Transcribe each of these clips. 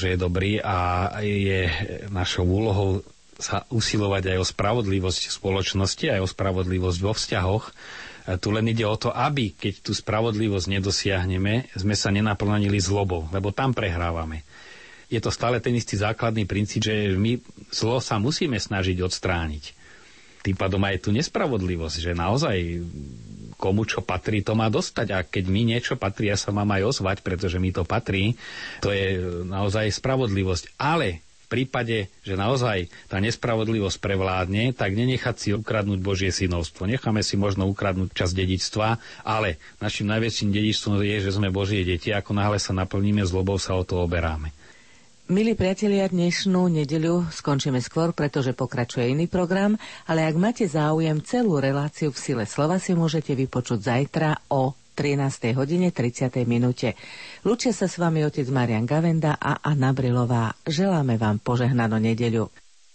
že je dobrý a je našou úlohou sa usilovať aj o spravodlivosť v spoločnosti, aj o spravodlivosť vo vzťahoch. Tu len ide o to, aby, keď tú spravodlivosť nedosiahneme, sme sa nenaplnili zlobou, lebo tam prehrávame. Je to stále ten istý základný princíp, že my zlo sa musíme snažiť odstrániť. Tým pádom aj tú nespravodlivosť, že naozaj komu čo patrí, to má dostať. A keď mi niečo patrí, ja sa mám aj ozvať, pretože mi to patrí. To je naozaj spravodlivosť. Ale v prípade, že naozaj tá nespravodlivosť prevládne, tak nenechať si ukradnúť Božie synovstvo. Necháme si možno ukradnúť časť dedičstva, ale našim najväčším dedičstvom je, že sme Božie deti. Ako náhle sa naplníme zlobou, sa o to oberáme. Milí priatelia, dnešnú nedeľu skončíme skôr, pretože pokračuje iný program, ale ak máte záujem, celú reláciu v Sile slova si môžete vypočuť zajtra o 13:30. Lúčia sa s vami otec Marián Gavenda a Anna Brilová. Želáme vám požehnanú nedeľu.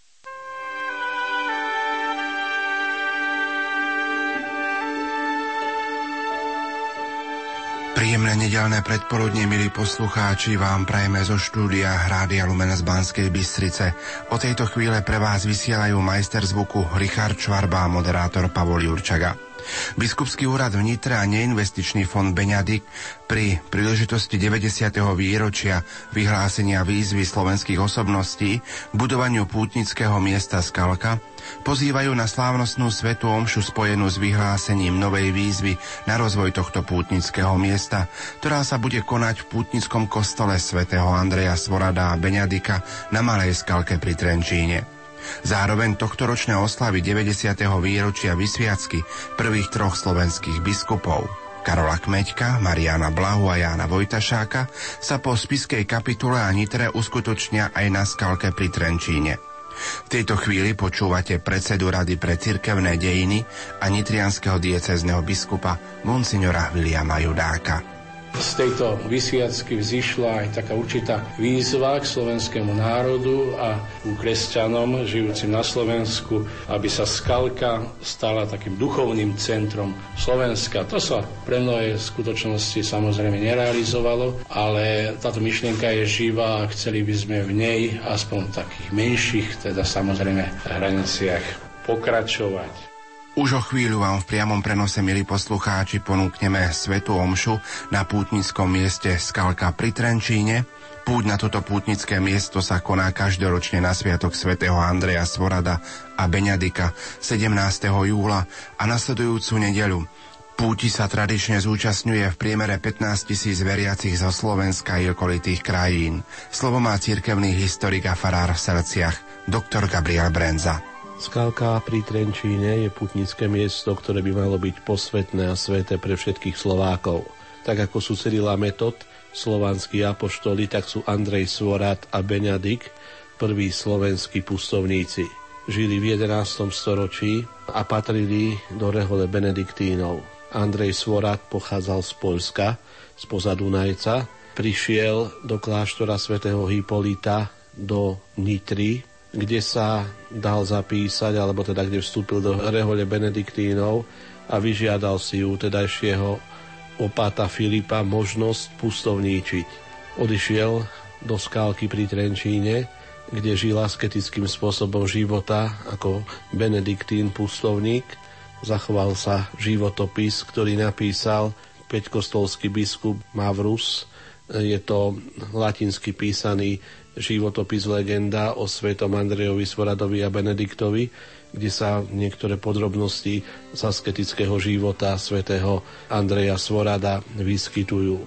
Príjemné nedeľné predpoludnie, milí poslucháči, vám prajeme zo štúdia Rádia Lumen z Banskej Bystrice. O tejto chvíle pre vás vysielajú majster zvuku Richard Čvarba a moderátor Pavol Jurčaga. Biskupský úrad v Nitre a neinvestičný fond Beňadik pri príležitosti 90. výročia vyhlásenia výzvy slovenských osobností k budovaniu pútnického miesta Skalka pozývajú na slávnostnú svätú omšu spojenú s vyhlásením novej výzvy na rozvoj tohto pútnického miesta, ktorá sa bude konať v pútnickom kostole svätého Andreja Svorada a Beňadika na Malej Skalke pri Trenčíne. Zároveň tohtoročné oslavy 90. výročia vysviacky prvých troch slovenských biskupov Karola Kmeďka, Mariána Blahu a Jána Vojtašáka sa po spišskej kapitule a Nitre uskutočnia aj na Skalke pri Trenčíne. V tejto chvíli počúvate predsedu Rady pre cirkevné dejiny a nitrianskeho diecézneho biskupa monsignora Viliama Judáka. Z tejto vysviacky vzišla aj taká určitá výzva k slovenskému národu a ku kresťanom žijúcim na Slovensku, aby sa Skalka stala takým duchovným centrom Slovenska. To sa pre mnohé skutočnosti samozrejme nerealizovalo, ale táto myšlienka je živá a chceli by sme v nej aspoň v takých menších, teda samozrejme hraniciach pokračovať. Už o chvíľu vám v priamom prenose, milí poslucháči, ponúkneme svätú omšu na pútnickom mieste Skalka pri Trenčíne. Púť na toto pútnické miesto sa koná každoročne na sviatok svätého Andreja Svorada a Beňadika 17. júla a nasledujúcu nedeľu. Púti sa tradične zúčastňuje v priemere 15 000 veriacich zo Slovenska i okolitých krajín. Slovo má cirkevný historik a farár v Selciach, doktor Gabriel Brenza. Skalka pri Trenčíne je pútnické miesto, ktoré by malo byť posvätné a sväté pre všetkých Slovákov. Tak ako sú Cyril a Metod, slovanskí apoštoli, tak sú Andrej Svorad a Beňadik, prví slovenskí pustovníci. Žili v 11. storočí a patrili do rehole benediktínov. Andrej Svorad pochádzal z Poľska, spoza Dunajca, prišiel do kláštora svätého Hipolita do Nitry, kde sa dal zapísať, alebo teda kde vstúpil do rehole benediktínov a vyžiadal si u tedajšieho opáta Filipa možnosť pustovníčiť. Odišiel do Skalky pri Trenčíne, kde žil asketickým spôsobom života ako benediktín pustovník. Zachoval sa životopis, ktorý napísal päťkostolský biskup Mavrus. Je to latinsky písaný životopis legenda o svätom Andrejovi Svoradovi a Benediktovi, kde sa niektoré podrobnosti z asketického života svätého Andreja Svorada vyskytujú.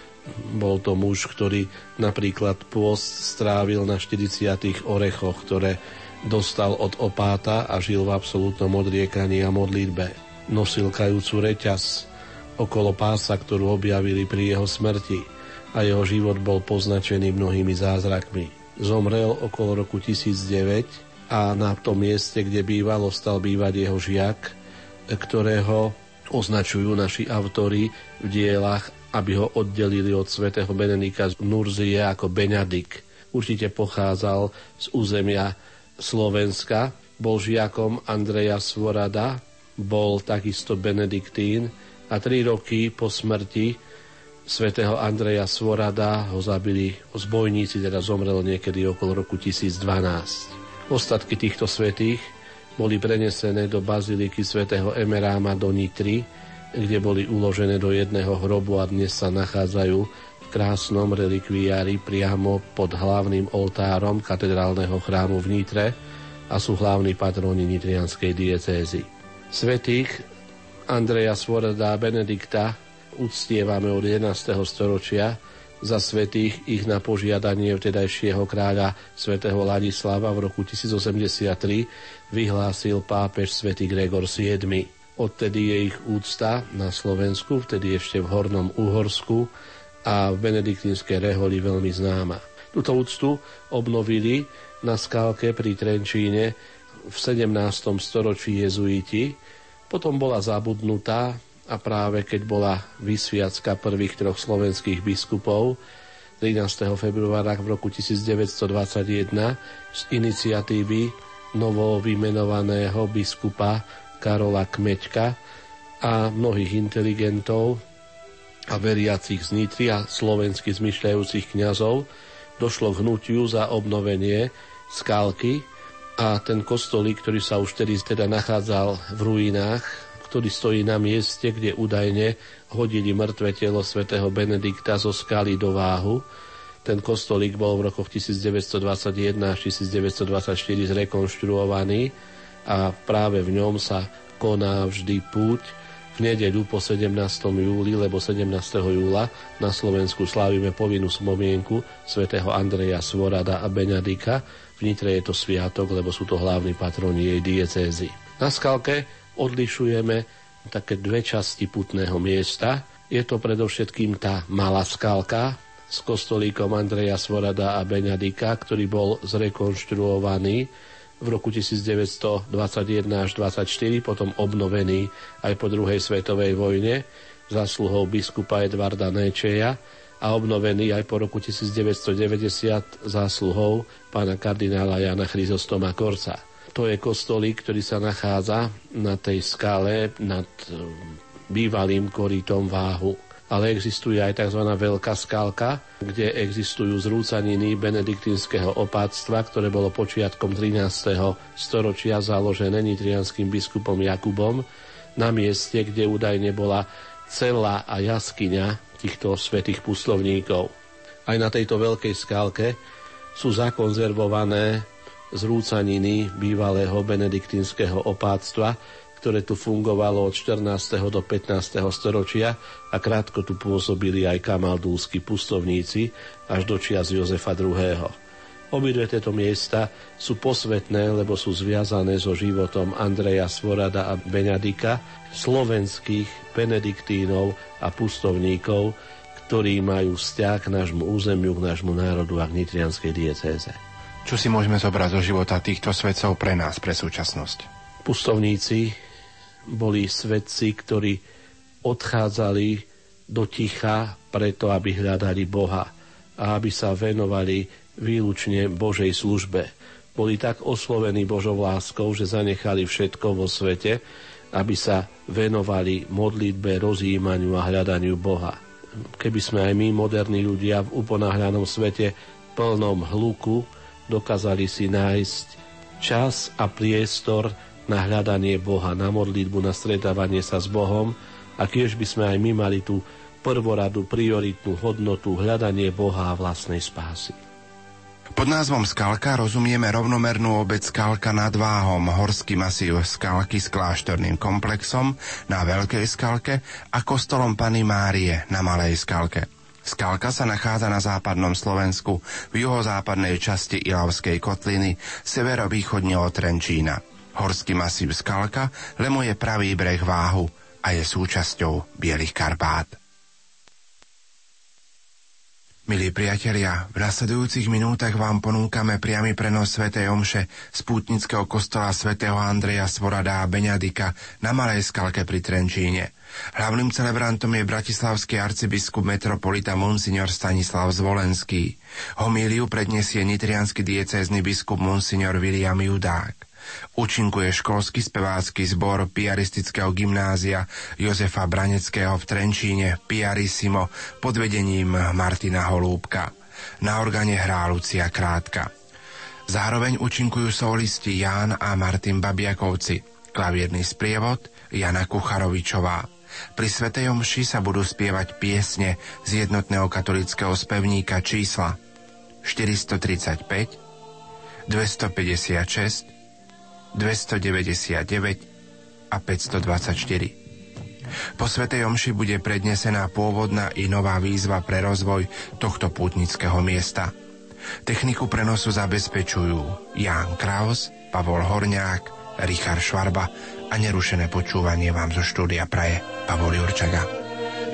Bol to muž, ktorý napríklad pôst strávil na 40 orechoch, ktoré dostal od opáta a žil v absolútnom odriekaní a modlitbe. Nosil kajúcu reťaz okolo pása, ktorú objavili pri jeho smrti, a jeho život bol poznačený mnohými zázrakmi. Zomrel okolo roku 1009 a na tom mieste, kde býval, ostal bývať jeho žiak, ktorého označujú naši autori v dielach, aby ho oddelili od svätého Benedika z Nurzie ako Beňadik. Určite pochádzal z územia Slovenska, bol žiakom Andreja Svorada, bol takisto benediktín a 3 roky po smrti svätého Andreja Svorada ho zabili zbojníci, teda zomrel niekedy okolo roku 1012. Ostatky týchto svätých boli prenesené do baziliky svätého Emeráma do Nitry, kde boli uložené do jedného hrobu a dnes sa nachádzajú v krásnom relikviári priamo pod hlavným oltárom katedrálneho chrámu v Nitre a sú hlavní patróni nitrianskej diecézy. Svätých Andreja Svorada a Benedikta uctievame od 11. storočia. Za svätých ich na požiadanie vtedajšieho kráľa svätého Ladislava v roku 1083 vyhlásil pápež svätý Gregor VII. Odtedy je ich úcta na Slovensku, vtedy ešte v Hornom Uhorsku a v benediktínskej reholi veľmi známa. Túto úctu obnovili na Skalke pri Trenčíne v 17. storočí jezuiti, potom bola zabudnutá a práve keď bola vysviacka prvých 3 slovenských biskupov 13. februára v roku 1921 z iniciatívy novo vymenovaného biskupa Karola Kmeďka a mnohých inteligentov a veriacich z Nitry a slovensky zmyšľajúcich kňazov došlo k hnutiu za obnovenie Skalky a ten kostolík, ktorý sa už tedy teda nachádzal v ruinách, ktorý stojí na mieste, kde údajne hodili mŕtve telo svätého Benedikta zo skaly do Váhu. Ten kostolík bol v rokoch 1921 až 1924 zrekonštruovaný a práve v ňom sa koná vždy púť v nedeľu po 17. júli, lebo 17. júla na Slovensku slávime povinnú spomienku svätého Andreja Svorada a Benedika. V Nitre je to sviatok, lebo sú to hlavní patróni jej diecézy. Na Skalke odlišujeme také 2 časti putného miesta. Je to predovšetkým tá malá Skalka s kostolíkom Andreja Svorada a Benedika, ktorý bol zrekonštruovaný v roku 1921 až 1924, potom obnovený aj po druhej svetovej vojne zásluhou biskupa Edvarda Néčeja a obnovený aj po roku 1990 zásluhou pána kardinála Jana Chryzostoma Korca. To je kostolík, ktorý sa nachádza na tej skale nad bývalým korytom Váhu. Ale existuje aj tzv. Veľká Skalka, kde existujú zrúcaniny benediktínskeho opáctva, ktoré bolo počiatkom 13. storočia založené nitrianským biskupom Jakubom na mieste, kde údajne bola cela a jaskyňa týchto svätých pustovníkov. Aj na tejto Veľkej Skalke sú zakonzervované zrúcaniny bývalého benediktínskeho opáctva, ktoré tu fungovalo od 14. do 15. storočia a krátko tu pôsobili aj kamaldúlski pustovníci až do čias Jozefa II. Obidve tieto miesta sú posvätné, lebo sú zviazané so životom Andreja Svorada a Benedika, slovenských benediktínov a pustovníkov, ktorí majú vzťah k nášmu územiu, k nášmu národu a k nitrianskej diecéze. Čo si môžeme zobrať zo života týchto svetcov pre nás, pre súčasnosť? Pustovníci boli svetci, ktorí odchádzali do ticha preto, aby hľadali Boha a aby sa venovali výlučne Božej službe. Boli tak oslovení Božou láskou, že zanechali všetko vo svete, aby sa venovali modlitbe, rozjímaniu a hľadaniu Boha. Keby sme aj my, moderní ľudia, v uponáhľanom svete plnom hluku dokázali si nájsť čas a priestor na hľadanie Boha, na modlitbu, na stretávanie sa s Bohom a tiež by sme aj my mali tú prvoradú, prioritnú hodnotu hľadanie Boha a vlastnej spásy. Pod názvom Skalka rozumieme rovnomernú obec Skalka nad Váhom, horský masív Skalky s kláštorným komplexom na Veľkej Skalke a kostolom Panny Márie na Malej Skalke. Skalka sa nachádza na západnom Slovensku v juhozápadnej časti Ilavskej kotliny severovýchodne od Trenčína. Horský masív Skalka lemuje pravý breh Váhu a je súčasťou Bielých Karpát. Milí priatelia, v nasledujúcich minútach vám ponúkame priamy prenos svätej omše z pútnického kostola svätého Andreja Svorada a Benedika na Malej Skalke pri Trenčíne. Hlavným celebrantom je bratislavský arcibiskup metropolita monsignor Stanislav Zvolenský. Homíliu predniesie nitriansky diecézny biskup monsignor William Judák. Účinkuje školský spevácky zbor piaristického gymnázia Jozefa Braneckého v Trenčíne Piarissimo pod vedením Martina Holúbka. Na organe hrá Lucia Krátka. Zároveň účinkujú solisti Ján a Martin Babiakovci. Klavírny sprievod Jana Kucharovičová. Pri svätej omši sa budú spievať piesne z jednotného katolického spevníka čísla 435, 256, 299 a 524. Po svätej omši bude prednesená pôvodná i nová výzva pre rozvoj tohto pútnického miesta. Techniku prenosu zabezpečujú Ján Kraus, Pavol Horňák, Richard Švarba a nerušené počúvanie vám zo štúdia praje Pavol Jurčaga.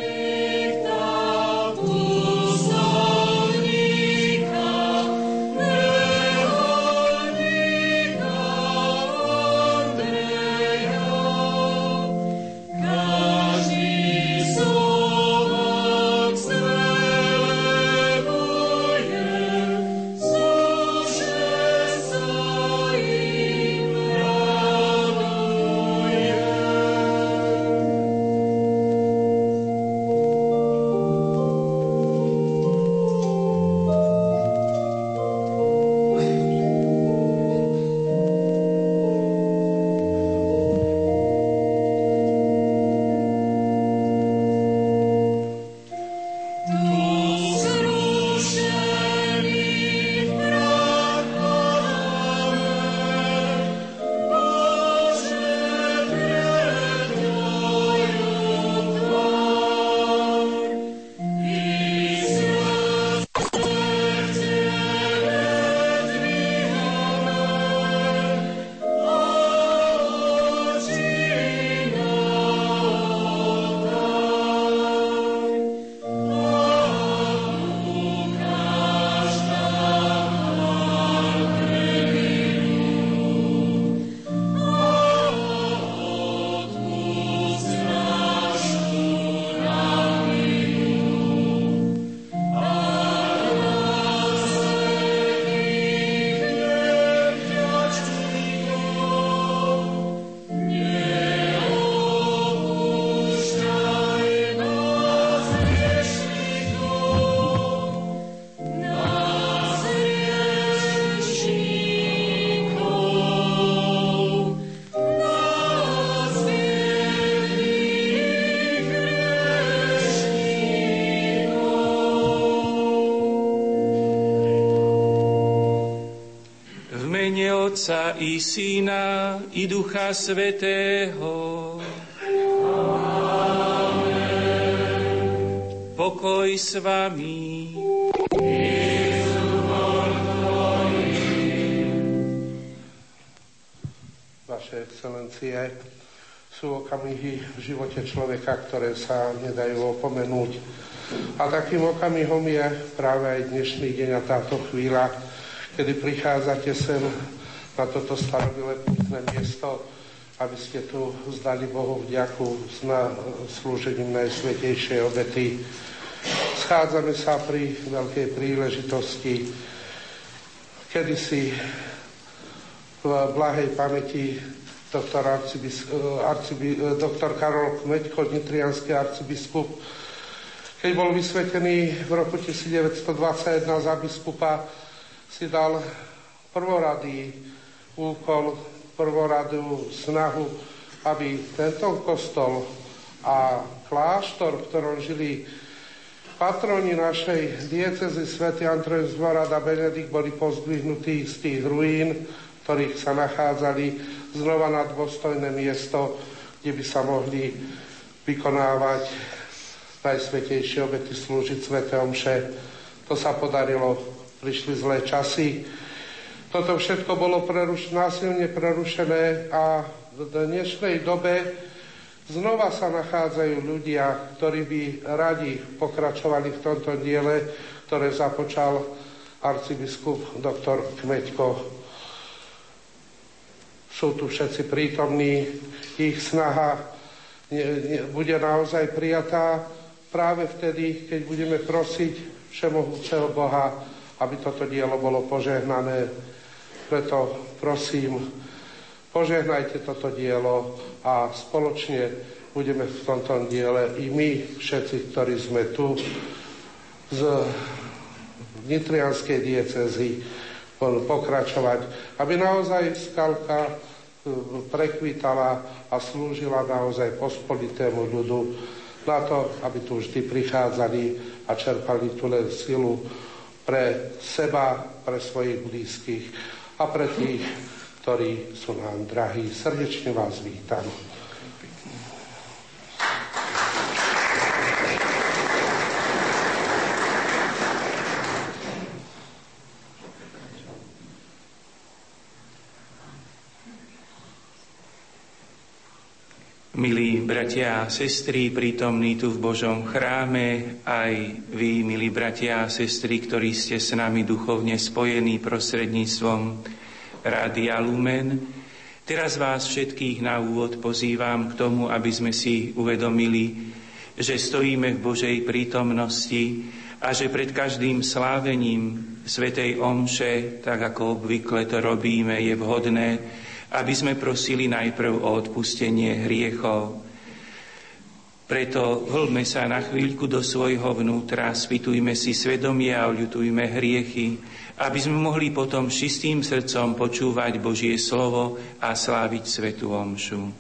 Otca i Syna i Ducha Svätého. Amen. Pokoj s vami. Vaše excelencie, sú okamihy v živote človeka, ktoré sa nedajú opomenúť. A takým okamihom je práve aj dnešný deň a táto chvíľa, kedy prichádzate sem na toto starobilé pútne miesto, aby ste tu zdali Bohu vďaku s slúžením Najsvätejšej obety. Schádzame sa pri veľkej príležitosti, kedy si v blahej pamäti doktor Karol Kmeďko, nitriansky arcibiskup, keď bol vysvetený v roku 1921 za biskupa, si dal prvoradý úkol, prvoradú snahu, aby tento kostol a kláštor, v ktorom žili patroni našej diecezy svätý Antonius Dvorad a Benedikt, boli pozdvihnutí z tých ruín, v ktorých sa nachádzali, znova na dôstojné miesto, kde by sa mohli vykonávať najsvätejšie obety, slúžiť sväté omše. To sa podarilo, prišli zlé časy. Toto všetko bolo násilne prerušené a v dnešnej dobe znova sa nachádzajú ľudia, ktorí by radi pokračovali v tomto diele, ktoré započal arcibiskup doktor Kmeďko. Sú tu všetci prítomní, ich snaha bude naozaj prijatá práve vtedy, keď budeme prosiť všemohúceho Boha, aby toto dielo bolo požehnané. Preto prosím Požehnajte toto dielo a spoločne budeme v tomto diele i my, všetci, ktorí sme tu z nitrianskej diecézy, pokračovať, aby naozaj Skalka prekvítala a slúžila naozaj pospolitému ľudu na to, aby tu vždy prichádzali a čerpali tú len silu pre seba, pre svojich blízkych a pre tých, ktorí sú nám drahí. Srdečne vás vítam. Milí bratia a sestry, prítomní tu v Božom chráme, aj vy, milí bratia a sestry, ktorí ste s nami duchovne spojení prostredníctvom Rádia Lumen. Teraz vás všetkých na úvod pozývam k tomu, aby sme si uvedomili, že stojíme v Božej prítomnosti a že pred každým slávením svätej omše, tak ako obvykle to robíme, je vhodné, aby sme prosili najprv o odpustenie hriechov. Preto vhlbme sa na chvíľku do svojho vnútra, spýtujme si svedomie a oľutujme hriechy, aby sme mohli potom čistým srdcom počúvať Božie slovo a sláviť svätú omšu.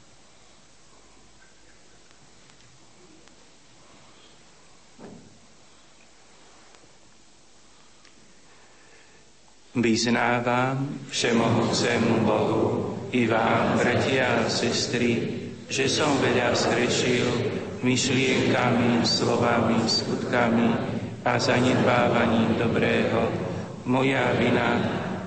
Vyznávam všemohúcemu Bohu i vám, bratia a sestry, že som veľa zhrešil myšlienkami, slovami, skutkami a zanedbávaním dobrého. Moja vina,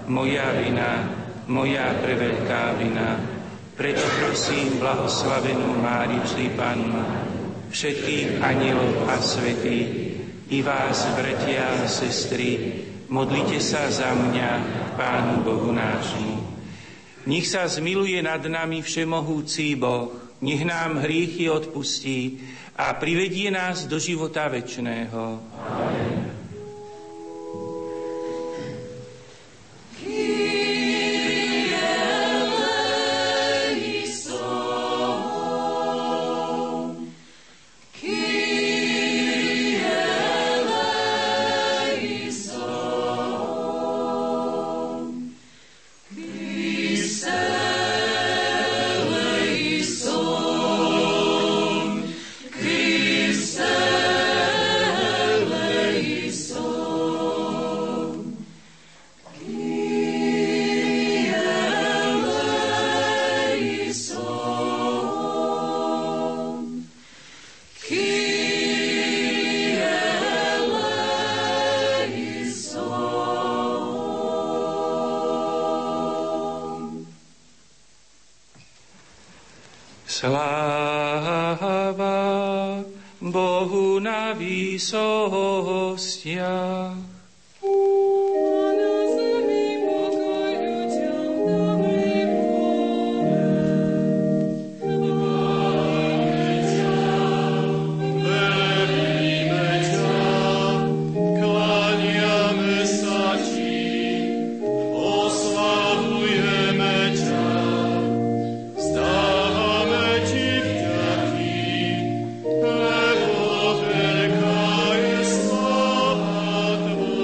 moja preveľká vina. Preto prosím blahoslavenú Máriu vždy Pannu, všetkých anielov a svätých, i vás, bratia a sestry, modlite sa za mňa, Pánu Bohu nášmu. Nech sa zmiluje nad nami všemohúci Boh, nech nám hriechy odpustí a privedie nás do života večného. Amen. Sláva Bohu na výsostiach. Tvoje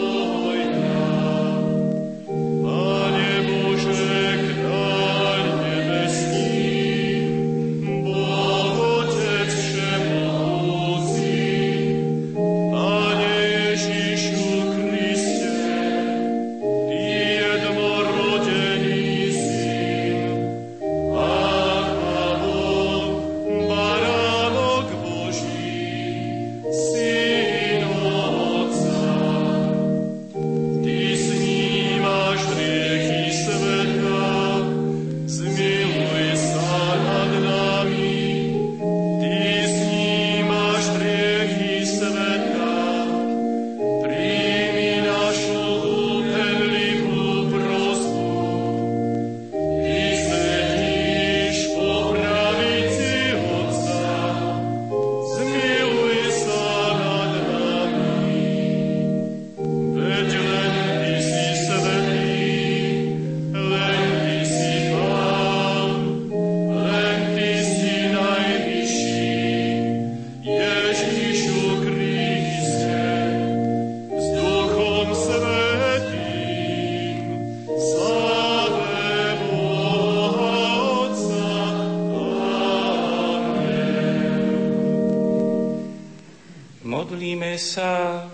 Modlíme sa.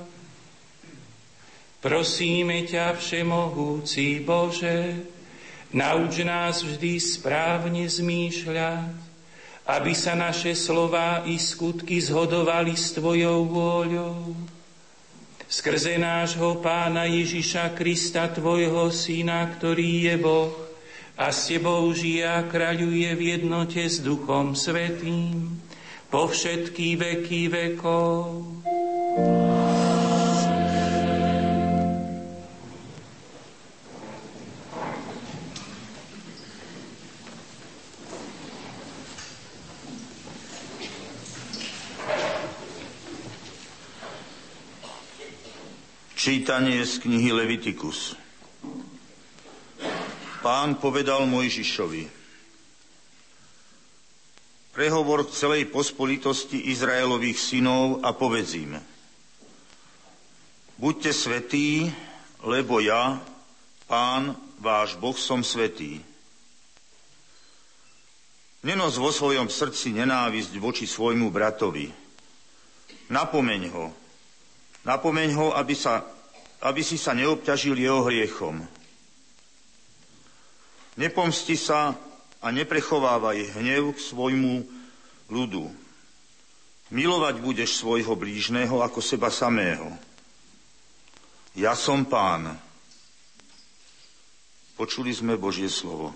Prosíme ťa, Všemohúci Bože, nauč nás vždy správne zmýšľať, aby sa naše slová i skutky zhodovali s Tvojou vôľou. Skrze nášho Pána Ježiša Krista, Tvojho Syna, ktorý je Boh a s Tebou žije a kráľuje v jednote s Duchom Svätým po všetky veky vekov. Čítanie z knihy Levitikus. Pán povedal Mojžišovi: prehovor k celej pospolitosti Izraelových synov a povedz im: buďte svätí, lebo ja, Pán, váš Boh, som svätý. Nenos vo svojom srdci nenávisť voči svojmu bratovi. Napomeň ho, aby si sa neobťažil jeho hriechom. Nepomsti sa a neprechovávaj hnev k svojmu ľudu. Milovať budeš svojho blížneho ako seba samého. Ja som Pán. Počuli sme Božie slovo.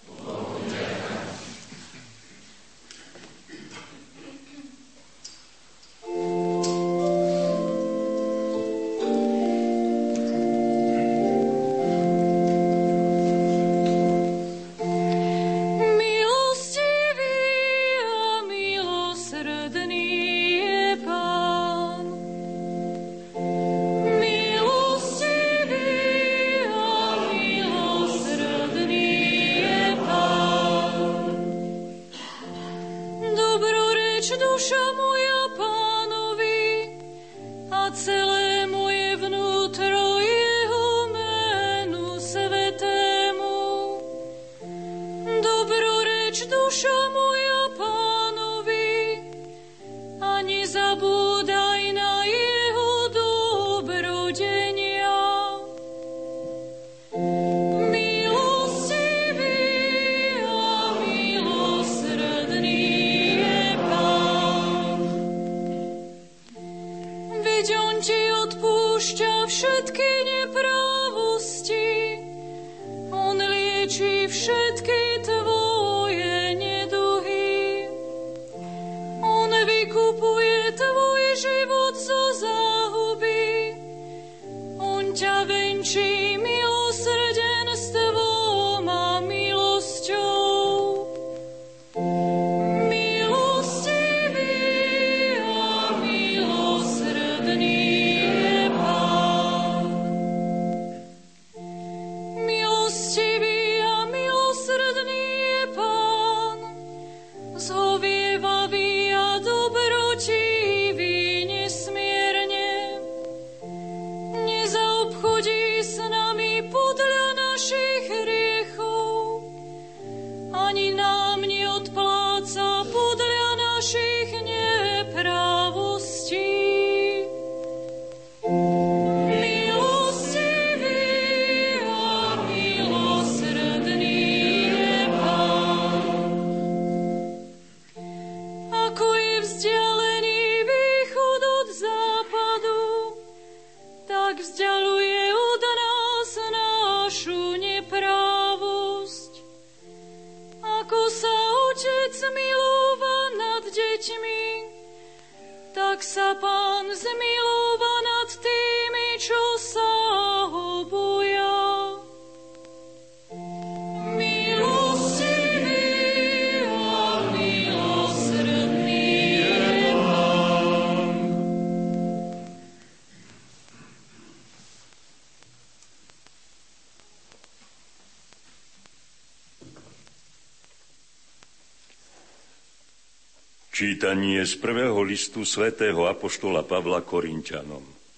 Čítanie z prvého listu svätého apoštola Pavla Korinťanom.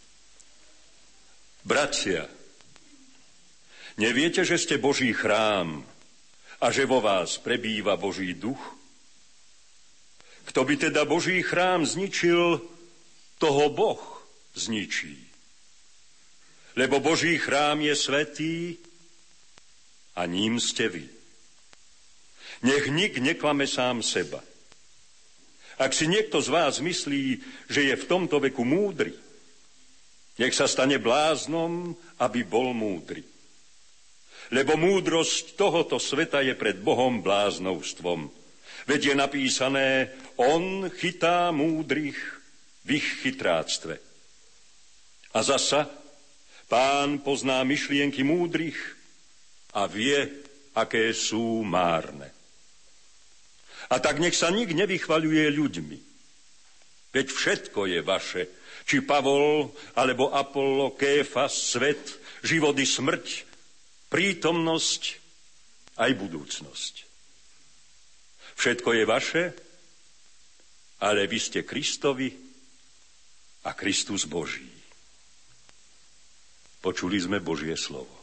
Bratia, neviete, že ste Boží chrám a že vo vás prebýva Boží duch? Kto by teda Boží chrám zničil, toho Boh zničí. Lebo Boží chrám je svätý a ním ste vy. Nech nik neklame sám seba. Ak si niekto z vás myslí, že je v tomto veku múdry, nech sa stane bláznom, aby bol múdry. Lebo múdrosť tohoto sveta je pred Bohom bláznovstvom. Veď je napísané, on chytá múdrych v ich chytráctve. A zasa, Pán pozná myšlienky múdrych a vie, aké sú márne. A tak nech sa nik nevychvaľuje ľuďmi. Veď všetko je vaše, či Pavol, alebo Apollo, Kéfas, svet, život i smrť, prítomnosť aj budúcnosť. Všetko je vaše, ale vy ste Kristovi a Kristus Boží. Počuli sme Božie slovo.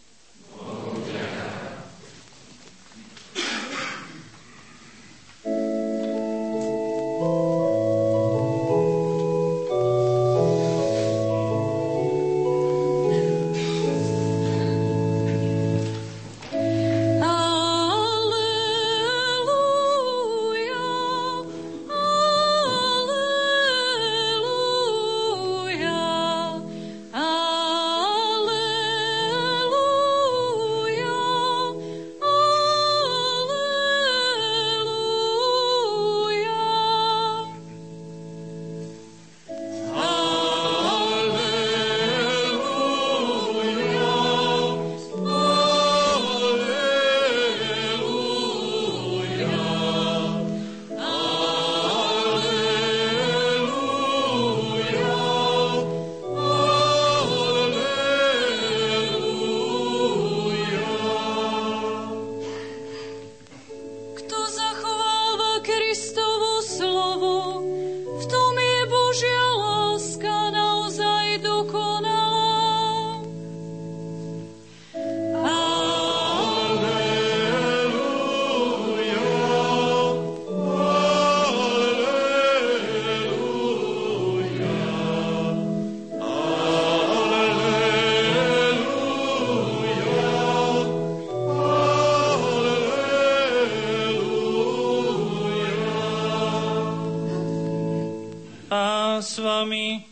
S vami.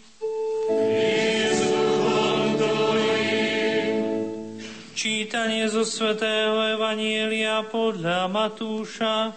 Čítanie zo svätého Evanjelia podľa Matúša.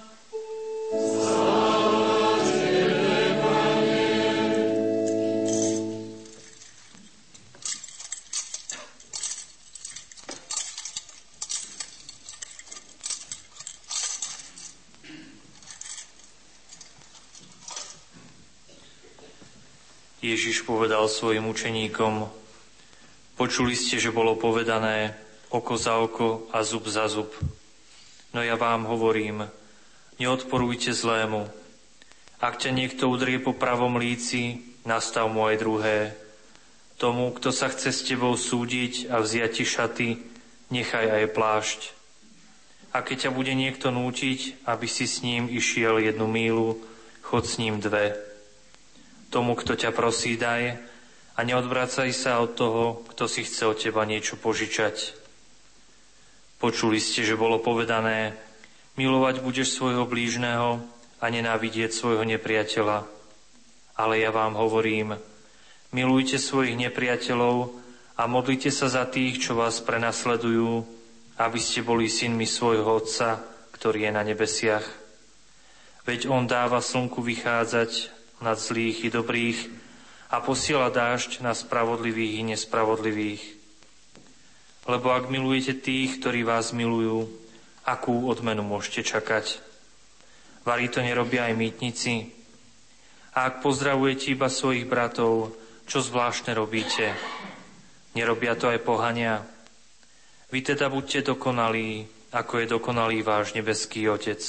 Ježiš povedal svojim učeníkom, počuli ste, že bolo povedané oko za oko a zub za zub. No ja vám hovorím, neodporujte zlému. Ak ťa niekto udrie po pravom líci, nastav mu aj druhé. Tomu, kto sa chce s tebou súdiť a vziať ti šaty, nechaj aj plášť. A keď ťa bude niekto nútiť, aby si s ním išiel 1 míľu, chod s ním 2. Tomu, kto ťa prosí, daj a neodvracaj sa od toho, kto si chce od teba niečo požičať. Počuli ste, že bolo povedané, milovať budeš svojho blížneho a nenávidieť svojho nepriateľa. Ale ja vám hovorím, milujte svojich nepriateľov a modlite sa za tých, čo vás prenasledujú, aby ste boli synmi svojho Otca, ktorý je na nebesiach. Veď on dáva slnku vychádzať nad zlých i dobrých a posiela dážď na spravodlivých i nespravodlivých. Lebo ak milujete tých, ktorí vás milujú, akú odmenu môžete čakať? Vari to nerobia aj mýtnici? A ak pozdravujete iba svojich bratov, čo zvláštne robíte? Nerobia to aj pohania? Vy teda buďte dokonalí, ako je dokonalý váš nebeský Otec.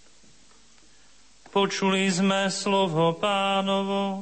Počuli sme slovo Pánovo.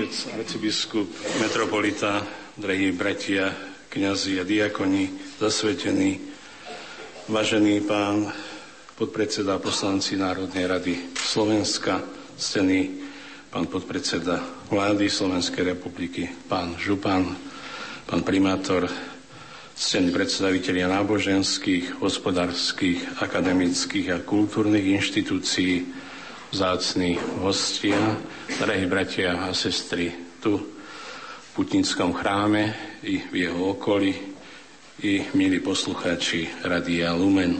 otec arcibiskup, metropolita, drahí bratia, kňazi a diakoni, zasvetení, vážený pán podpredseda poslanci Národnej rady Slovenska, ctený pán podpredseda vlády Slovenskej republiky, pán župan, pán primátor, ctení predstavitelia náboženských, hospodárskych, akademických a kultúrnych inštitúcií, vzácni hostia, drahí bratia a sestry tu v Putnickom chráme i v jeho okolí, i milí poslucháči Rádia Lumen.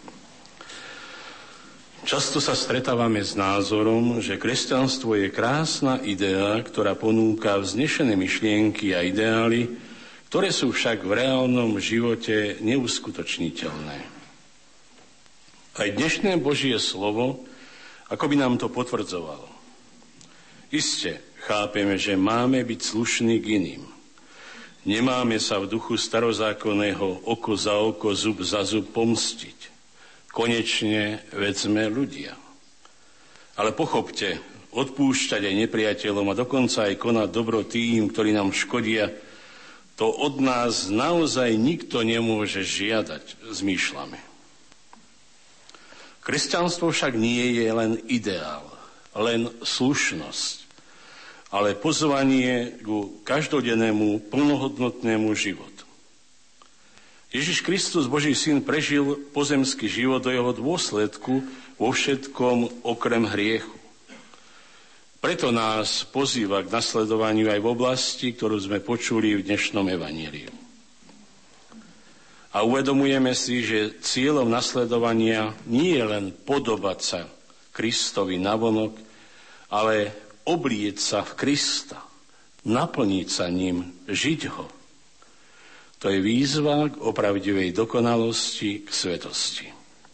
Často sa stretávame s názorom, že kresťanstvo je krásna idea, ktorá ponúka vznešené myšlienky a ideály, ktoré sú však v reálnom živote neuskutočniteľné. Aj dnešné Božie slovo ako by nám to potvrdzovalo. Iste chápeme, že máme byť slušní k iným. Nemáme sa v duchu starozákonného oko za oko, zub za zub pomstiť. Konečne veď sme ľudia. Ale pochopte, odpúšťať aj nepriateľom a dokonca aj konať dobro tým, ktorí nám škodia, to od nás naozaj nikto nemôže žiadať, zmýšľame. Kresťanstvo však nie je len ideál, len slušnosť, ale pozvanie ku každodennému plnohodnotnému životu. Ježiš Kristus, Boží syn, prežil pozemský život do jeho dôsledku vo všetkom okrem hriechu. Preto nás pozýva k nasledovaniu aj v oblasti, ktorú sme počuli v dnešnom evanjeliu. A uvedomujeme si, že cieľom nasledovania nie je len podobať sa Kristovi navonok, ale oblieť sa v Krista, naplniť sa ním, žiť ho. To je výzva k opravdivej dokonalosti, k svetosti.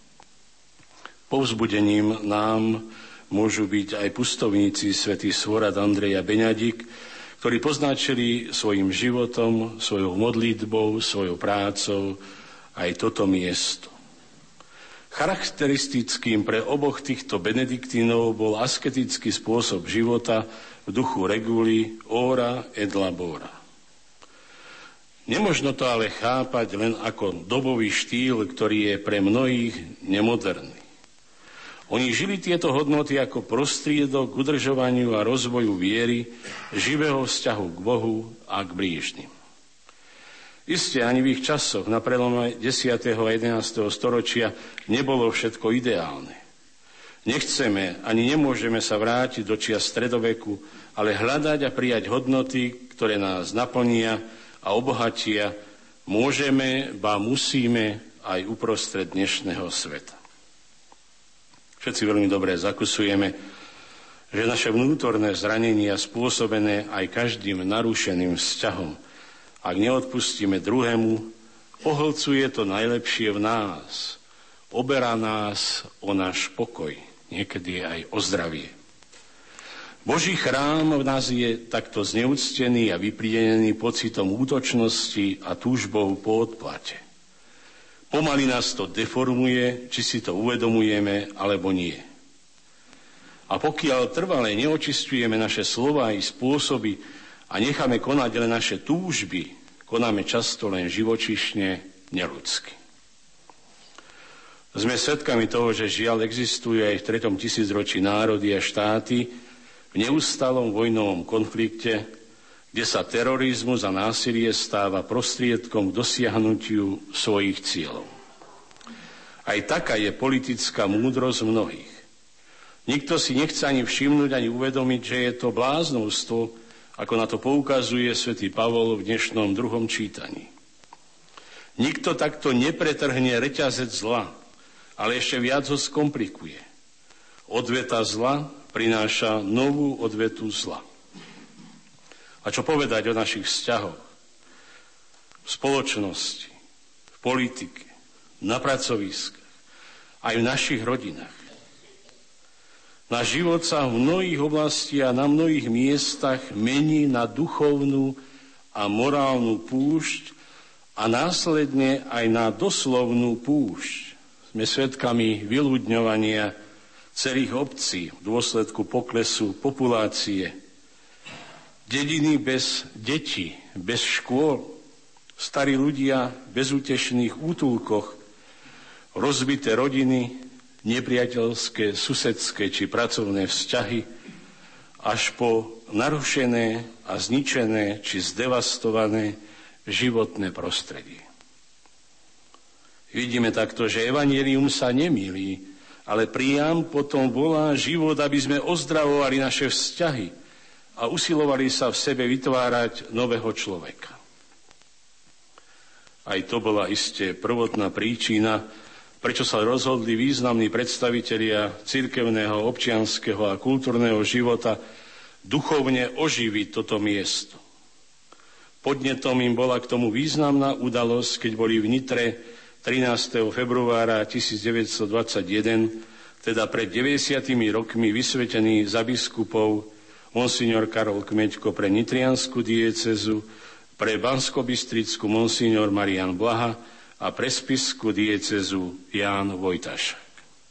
Povzbudením nám môžu byť aj pustovníci svätý Svorad Andrej a Beňadik, ktorí poznačili svojim životom, svojou modlitbou, svojou prácou aj toto miesto. Charakteristickým pre oboch týchto benediktínov bol asketický spôsob života v duchu reguli ora et labora. Nemožno to ale chápať len ako dobový štýl, ktorý je pre mnohých nemoderný. Oni žili tieto hodnoty ako prostriedok k udržovaniu a rozvoju viery, živého vzťahu k Bohu a k blížnym. Isté, ani v ich časoch na prelome 10. a 11. storočia nebolo všetko ideálne. Nechceme ani nemôžeme sa vrátiť do čias stredoveku, ale hľadať a prijať hodnoty, ktoré nás naplnia a obohatia, môžeme, ba musíme aj uprostred dnešného sveta. Všetci veľmi dobre zakusujeme, že naše vnútorné zranenia spôsobené aj každým narušeným vzťahom, ak neodpustíme druhému, pohlcuje to najlepšie v nás, oberá nás o náš pokoj, niekedy aj o zdravie. Boží chrám v nás je takto zneúctený a vyplienený pocitom útočnosti a túžbou po odplate. Pomaly nás to deformuje, či si to uvedomujeme, alebo nie. A pokiaľ trvale neočistujeme naše slová i spôsoby a necháme konať len naše túžby, konáme často len živočíšne, neľudsky. Sme svedkami toho, že žiaľ existujú aj v 3. tisícročí národy a štáty v neustálom vojnovom konflikte, kde sa terorizmus a násilie stáva prostriedkom k dosiahnutiu svojich cieľov. Aj taká je politická múdrosť mnohých. Nikto si nechce ani všimnúť, ani uvedomiť, že je to bláznovstvo, ako na to poukazuje svätý Pavol v dnešnom 2. čítaní. Nikto takto nepretrhne reťazec zla, ale ešte viac ho skomplikuje. Odveta zla prináša novú odvetu zla. A čo povedať o našich vzťahoch? V spoločnosti, v politike, na pracoviskách, aj v našich rodinách. Náš život sa v mnohých oblastiach a na mnohých miestach mení na duchovnú a morálnu púšť a následne aj na doslovnú púšť. Sme svedkami Dediny bez detí, bez škôl, starí ľudia v bezútešných útulkoch, rozbité rodiny, nepriateľské, susedské či pracovné vzťahy, až po narušené a zničené či zdevastované životné prostredie. Vidíme takto, že evanjelium sa nemýli, ale priam potom volá život, aby sme ozdravovali naše vzťahy a usilovali sa v sebe vytvárať nového človeka. Aj to bola iste prvotná príčina, prečo sa rozhodli významní predstavitelia cirkevného, občianskeho a kultúrneho života duchovne oživiť toto miesto. Podnetom im bola k tomu významná udalosť, keď boli v Nitre 13. februára 1921, teda pred 90 rokmi, vysvetení za biskupov monsignor Karol Kmeďko pre nitriansku diecezu, pre banskobystrickú monsignor Marián Blaha a pre spišskú diecezu Ján Vojtašák.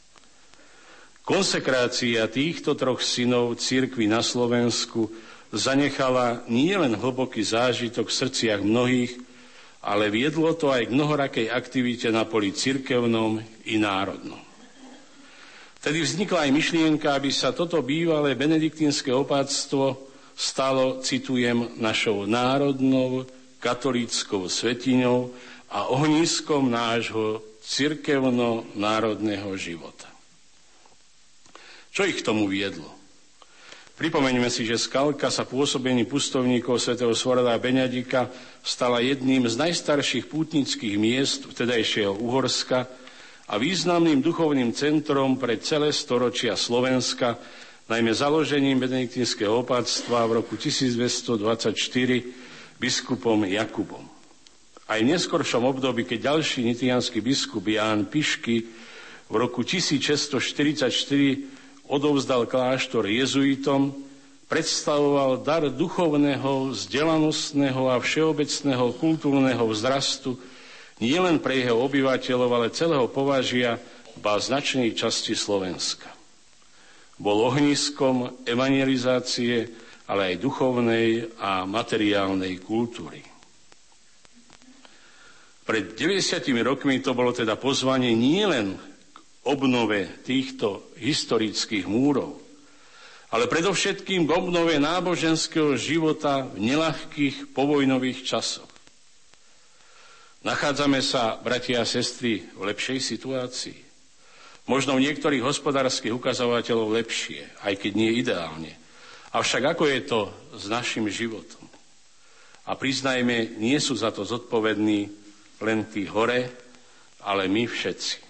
Konsekrácia týchto troch synov cirkvi na Slovensku zanechala nielen hlboký zážitok v srdciach mnohých, ale viedlo to aj k mnohorakej aktivite na poli cirkevnom i národnom. Tedy vznikla aj myšlienka, aby sa toto bývalé benediktínske opatstvo stalo, citujem, našou národnou katolíckou svetiňou a ohniskom nášho cirkevno-národného života. Čo ich k tomu viedlo? Pripomeňme si, že Skalka sa pôsobením pustovníkov svätého Svorada Beňadika stala jedným z najstarších pútnických miest vtedajšieho Uhorska a významným duchovným centrom pre celé storočia Slovenska, najmä založením benediktínskeho opatstva v roku 1224 biskupom Jakubom. Aj v neskoršom období, keď ďalší nitriansky biskup Ján Pišky v roku 1644 odovzdal kláštor jezuitom, predstavoval dar duchovného, vzdelanostného a všeobecného kultúrneho vzrastu nielen pre jeho obyvateľov, ale celého považia, ba značnej časti Slovenska. Bol ohniskom evangelizácie, ale aj duchovnej a materiálnej kultúry. Pred 90 rokmi to bolo teda pozvanie nielen k obnove týchto historických múrov, ale predovšetkým k obnove náboženského života v neľahkých povojnových časoch. Nachádzame sa, bratia a sestry, v lepšej situácii. Možno v niektorých hospodárskych ukazovateľov lepšie, aj keď nie ideálne. Avšak ako je to s našim životom? A priznajme, nie sú za to zodpovední len tí hore, ale my všetci.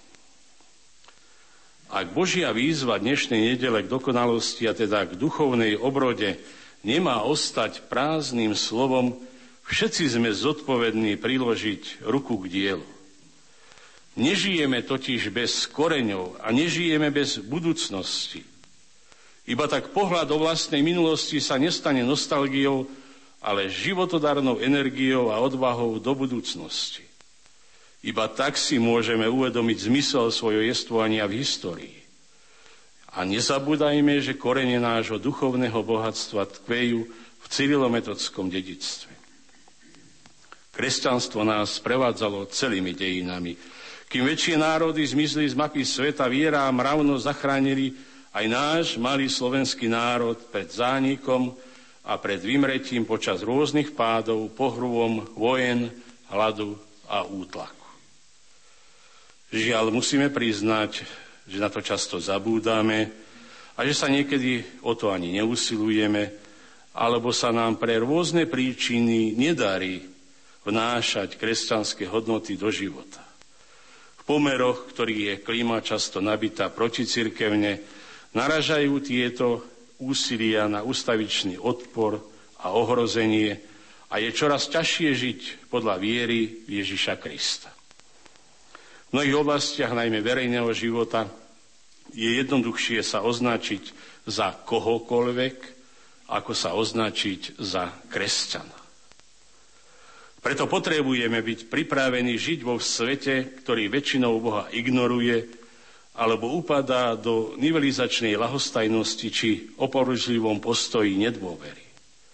Ak Božia výzva dnešnej nedele k dokonalosti, a teda k duchovnej obrode, nemá ostať prázdnym slovom, všetci sme zodpovední priložiť ruku k dielu. Nežijeme totiž bez koreňov a nežijeme bez budúcnosti. Iba tak pohľad do vlastnej minulosti sa nestane nostalgiou, ale životodarnou energiou a odvahou do budúcnosti. Iba tak si môžeme uvedomiť zmysel svojho jestvovania v histórii. A nezabúdajme, že korene nášho duchovného bohatstva tkvejú v cyrilometodskom dedičstve. Kresťanstvo nás prevádzalo celými dejinami. Kým väčšie národy zmizli z mapy sveta, viera a mravnosť zachránili aj náš malý slovenský národ pred zánikom a pred vymretím počas rôznych pádov, pohrôm, vojen, hladu a útlaku. Žiaľ, musíme priznať, že na to často zabúdame a že sa niekedy o to ani neusilujeme, alebo sa nám pre rôzne príčiny nedarí vnášať kresťanské hodnoty do života. V pomeroch, ktorých je klíma často nabitá proticirkevne, naražajú tieto úsilia na ustavičný odpor a ohrozenie a je čoraz ťažšie žiť podľa viery v Ježiša Krista. V mnohých oblastiach, najmä verejného života, je jednoduchšie sa označiť za kohokoľvek, ako sa označiť za kresťana. Preto potrebujeme byť pripravení žiť vo svete, ktorý väčšinou Boha ignoruje alebo upadá do nivelizačnej ľahostajnosti či oporučlivom postoji nedôvery.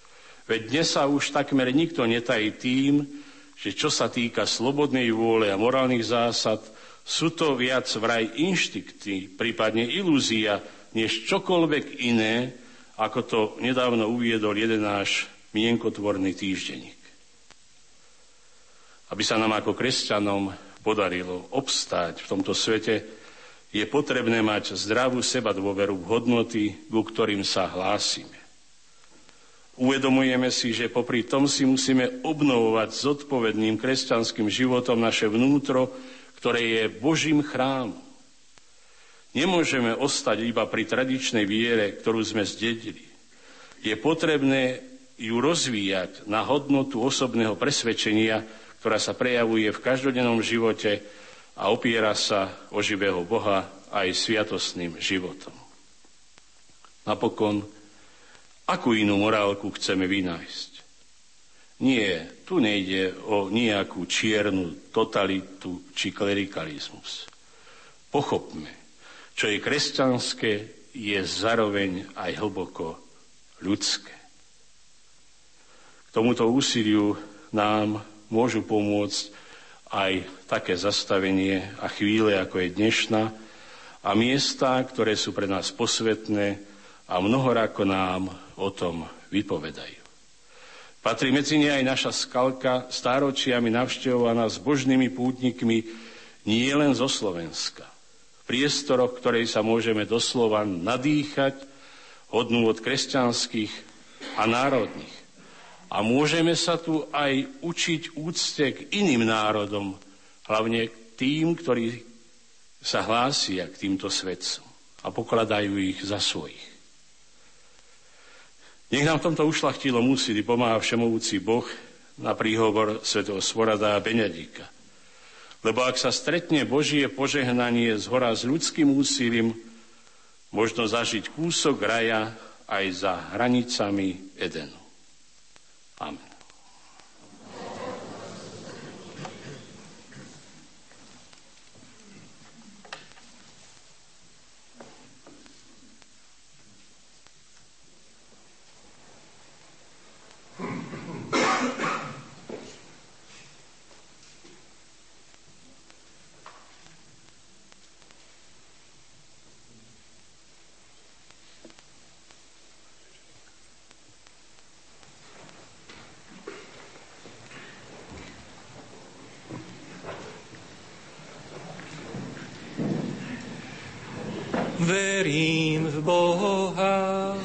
Veď dnes sa už takmer nikto netají tým, že čo sa týka slobodnej vôle a morálnych zásad, sú to viac vraj inštinkty, prípadne ilúzia, než čokoľvek iné, ako to nedávno uviedol jeden náš mienkotvorný týždenník. Aby sa nám ako kresťanom podarilo obstáť v tomto svete, je potrebné mať zdravú sebadôveru v hodnoty, ku ktorým sa hlásime. Uvedomujeme si, že popri tom si musíme obnovovať zodpovedným kresťanským životom naše vnútro, ktoré je Božím chrámom. Nemôžeme ostať iba pri tradičnej viere, ktorú sme zdedili. Je potrebné ju rozvíjať na hodnotu osobného presvedčenia, ktorá sa prejavuje v každodennom živote a opiera sa o živého Boha aj sviatostným životom. Napokon, akú inú morálku chceme vynájsť? Nie, tu nejde o nejakú čiernu totalitu či klerikalizmus. Pochopme, čo je kresťanské, je zároveň aj hlboko ľudské. K tomuto úsiliu nám môžu pomôcť aj také zastavenie a chvíle, ako je dnešná, a miesta, ktoré sú pre nás posvätné a mnohorako nám o tom vypovedajú. Patrí medzi ne aj naša skalka, stáročiami navštevovaná s božnými pútnikmi nie len zo Slovenska. V priestoroch, ktorej sa môžeme doslova nadýchať, hodnôt kresťanských a národných. A môžeme sa tu aj učiť úcte k iným národom, hlavne tým, ktorí sa hlásia k týmto svetcom a pokladajú ich za svojich. Nech nám v tomto ušľachtilom úsilí pomáha všemovúci Boh na príhovor svätého Svorada a Benedika. Lebo ak sa stretne Božie požehnanie zhora s ľudským úsilím, možno zažiť kúsok raja aj za hranicami Edenu. Amen. Verím v Boha.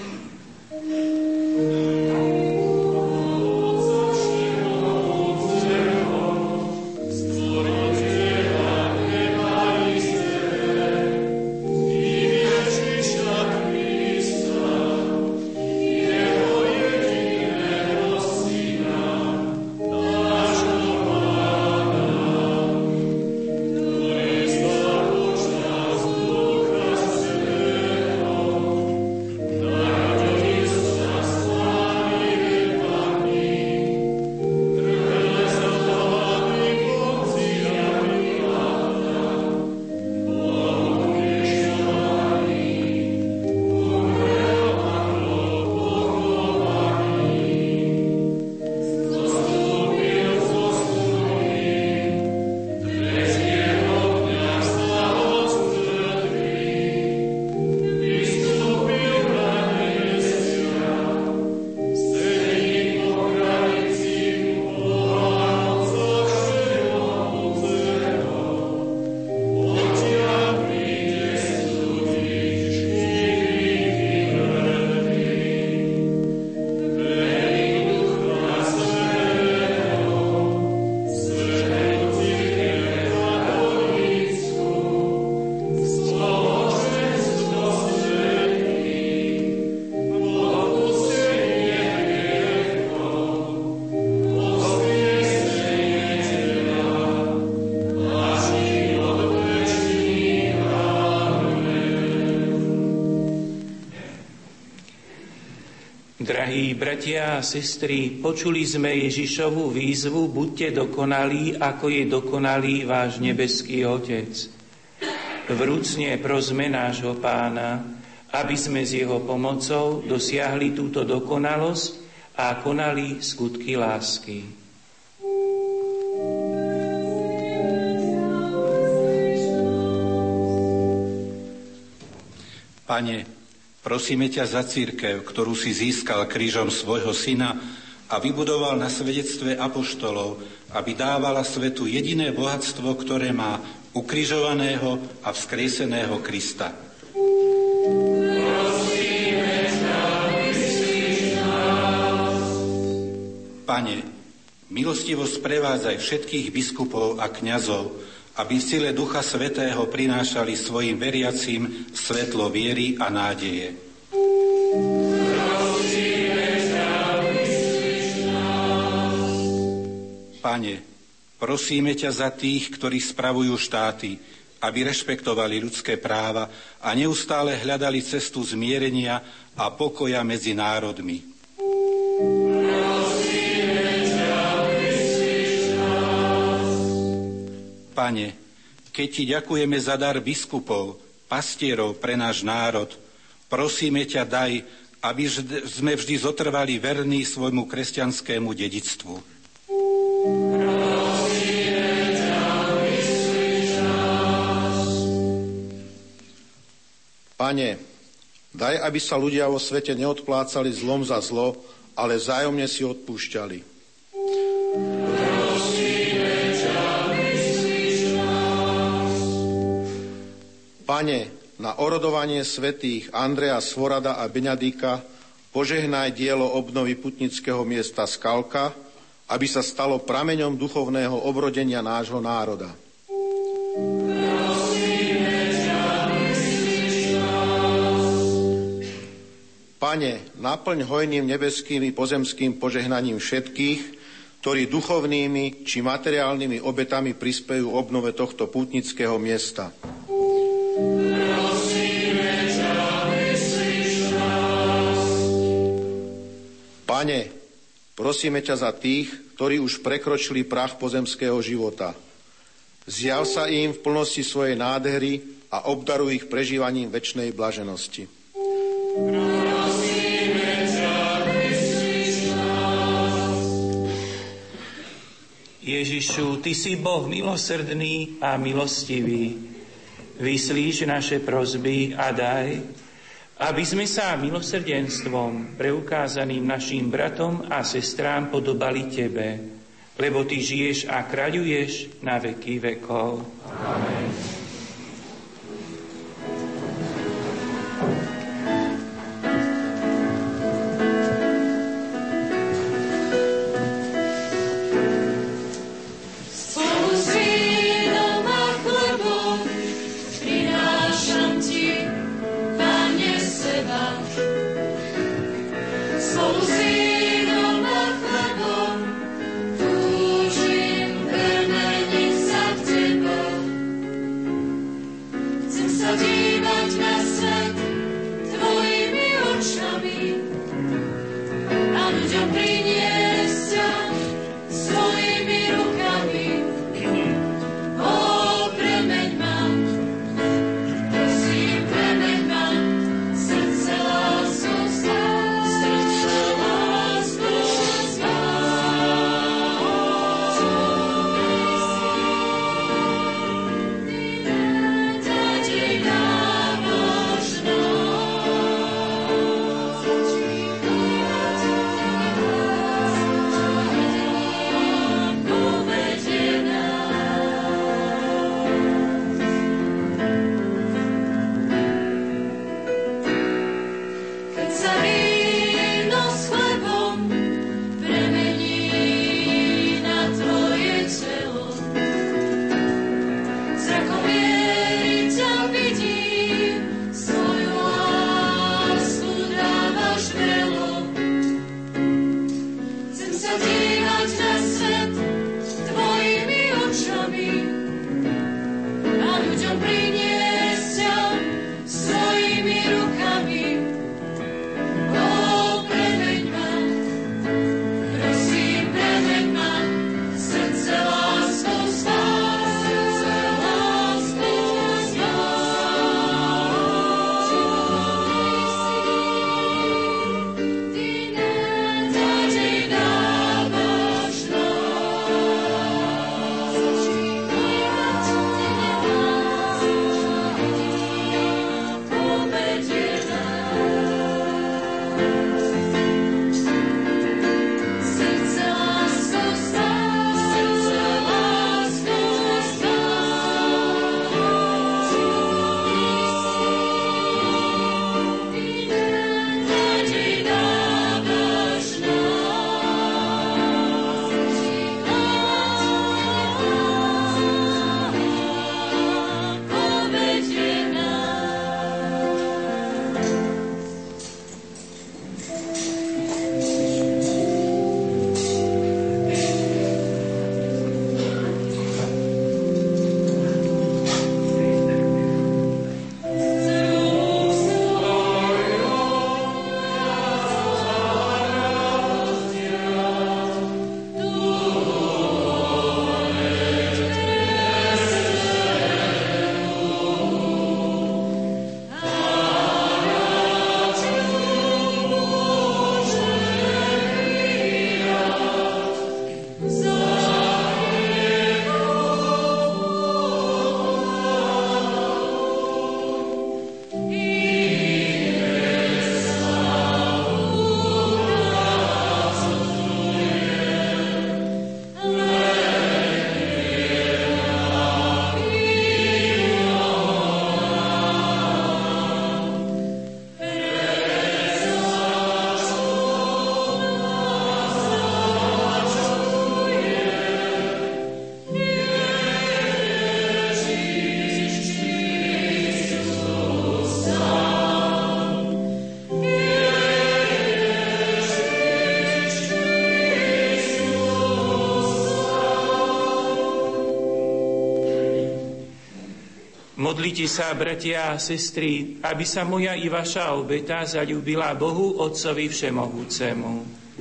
Drahí bratia a sestry, počuli sme Ježišovu výzvu: buďte dokonalí, ako je dokonalý váš nebeský Otec. Vrúcne prosme nášho Pána, aby sme s jeho pomocou dosiahli túto dokonalosť a konali skutky lásky. Pane, prosíme ťa za cirkev, ktorú si získal krížom svojho syna a vybudoval na svedectve apoštolov, aby dávala svetu jediné bohatstvo, ktoré má ukrižovaného a vzkrieseného Krista. Pane, milostivo sprevádzaj všetkých biskupov a kňazov, aby v sile Ducha Svätého prinášali svojim veriacím svetlo viery a nádeje. Pane, prosíme ťa za tých, ktorí spravujú štáty, aby rešpektovali ľudské práva a neustále hľadali cestu zmierenia a pokoja medzi národmi. Pane, keď ti ďakujeme za dar biskupov, pastierov pre náš národ, prosíme ťa daj, aby sme vždy zotrvali verní svojmu kresťanskému dedičstvu. Pane, daj, aby sa ľudia vo svete neodplácali zlom za zlo, ale vzájomne si odpúšťali. Pane, na orodovanie svätých Andreja Svorada a Benedika požehnaj dielo obnovy putnického miesta Skalka, aby sa stalo prameňom duchovného obrodenia nášho národa. Pane, naplň hojným nebeskými pozemským požehnaním všetkých, ktorí duchovnými či materiálnymi obetami prispejú obnove tohto pútnického miesta. Pane, prosíme ťa za tých, ktorí už prekročili prach pozemského života. Zjav sa im v plnosti svojej nádhery a obdaruj ich prežívaním večnej blaženosti. Ježišu, Ty si Boh milosrdný a milostivý. Vyslíš naše prosby a daj, aby sme sa milosrdenstvom preukázaným našim bratom a sestrám podobali Tebe, lebo Ty žiješ a kráľuješ na veky vekov. Amen. Modlite sa, bratia a sestry, aby sa moja i vaša obeta zaľúbila Bohu Otcovi Všemohúcemu.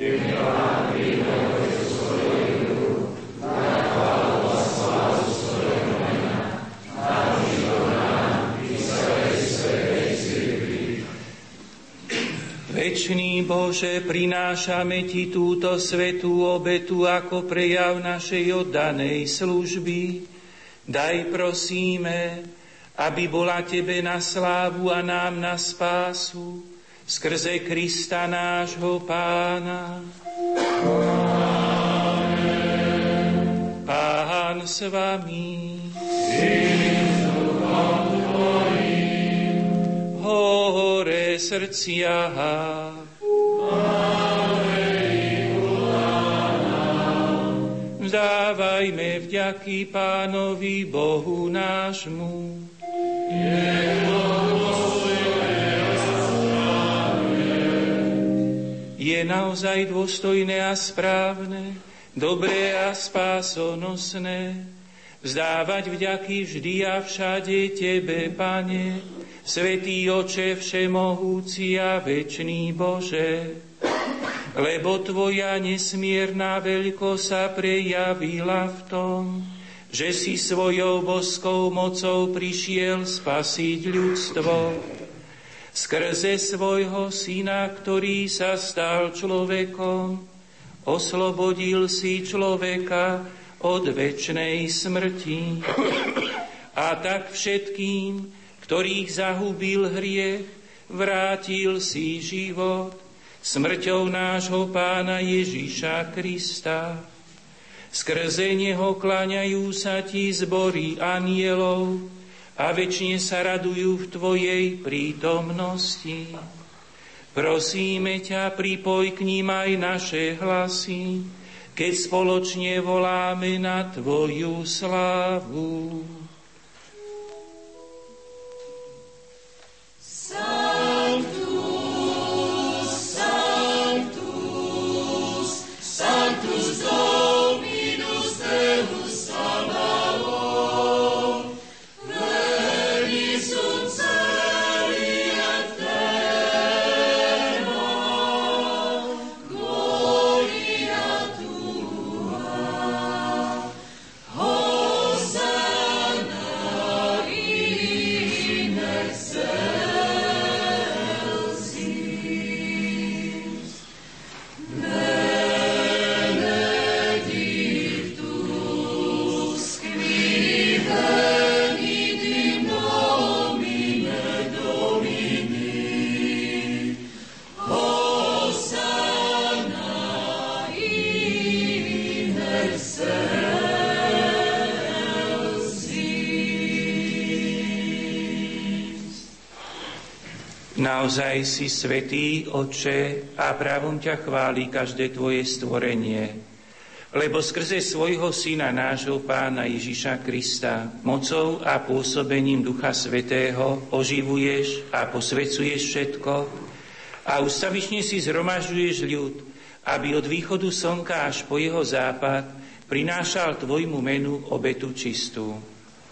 Večný Bože, prinášame Ti túto svätú obetu ako prejav našej oddanej služby. Daj, prosíme, aby bola Tebe na slávu a nám na spásu, skrze Krista nášho Pána. Amen. Pán s vami. Hore srdcia. Vzdávajme vďaky Pánovi Bohu nášmu. Je naozaj dôstojné a správne, dobré a spásonosné vzdávať vďaky vždy a všade Tebe, Pane, Svätý Oče všemohúci a večný Bože, lebo Tvoja nesmierna veľkosť sa prejavila v tom, že si svojou boskou mocou prišiel spasiť ľudstvo. Skrze svojho Syna, ktorý sa stal človekom, oslobodil si človeka od večnej smrti. A tak všetkým, ktorých zahubil hriech, vrátil si život smrťou nášho Pána Ježiša Krista. Skrze Neho kláňajú sa Ti zbory anielov a večne sa radujú v Tvojej prítomnosti. Prosíme ťa, pripoj k ním aj naše hlasy, keď spoločne voláme na Tvoju slávu. Naozaj si svätý, Otče, a právom ťa chváli každé Tvoje stvorenie, lebo skrze svojho Syna, nášho Pána Ježiša Krista, mocou a pôsobením Ducha Svätého oživuješ a posvecuješ všetko a ustavične si zhromažďuješ ľud, aby od východu slnka až po jeho západ prinášal Tvojmu menu obetu čistú.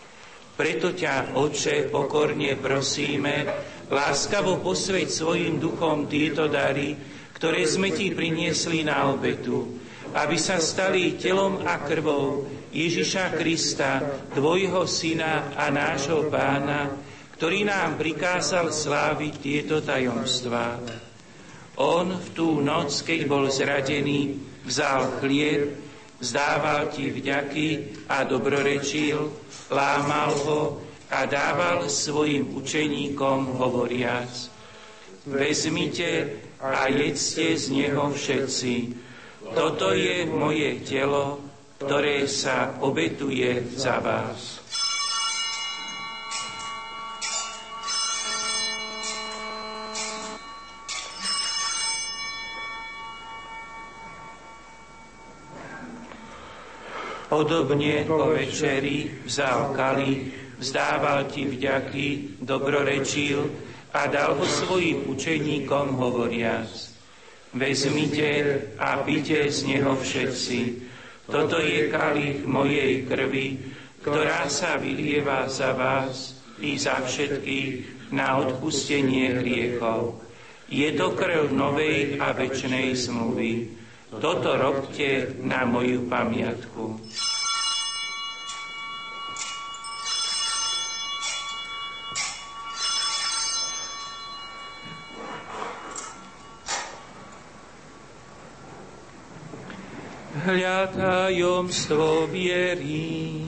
Preto ťa, Otče, pokorne prosíme, láskavo posväť svojim duchom tieto dary, ktoré sme Ti priniesli na obetu, aby sa stali telom a krvou Ježiša Krista, Tvojho Syna a nášho Pána, ktorý nám prikázal sláviť tieto tajomstvá. On v tú noc, keď bol zradený, vzal chlieb, vzdával Ti vďaky a dobrorečil, lámal ho a dával svojim učeníkom hovoriac: vezmite a jedzte z neho všetci. Toto je moje telo, ktoré sa obetuje za vás. Podobne po večeri vzal kalich, vzdával Ti vďaky, dobrorečil a dal ho svojim učeníkom hovoriac: vezmite a pite z neho všetci. Toto je kalich mojej krvi, ktorá sa vylieva za vás i za všetkých na odpustenie hriechov. Je to krv novej a večnej zmluvy. Toto robte na moju pamiatku. Hľa tajomstvo viery.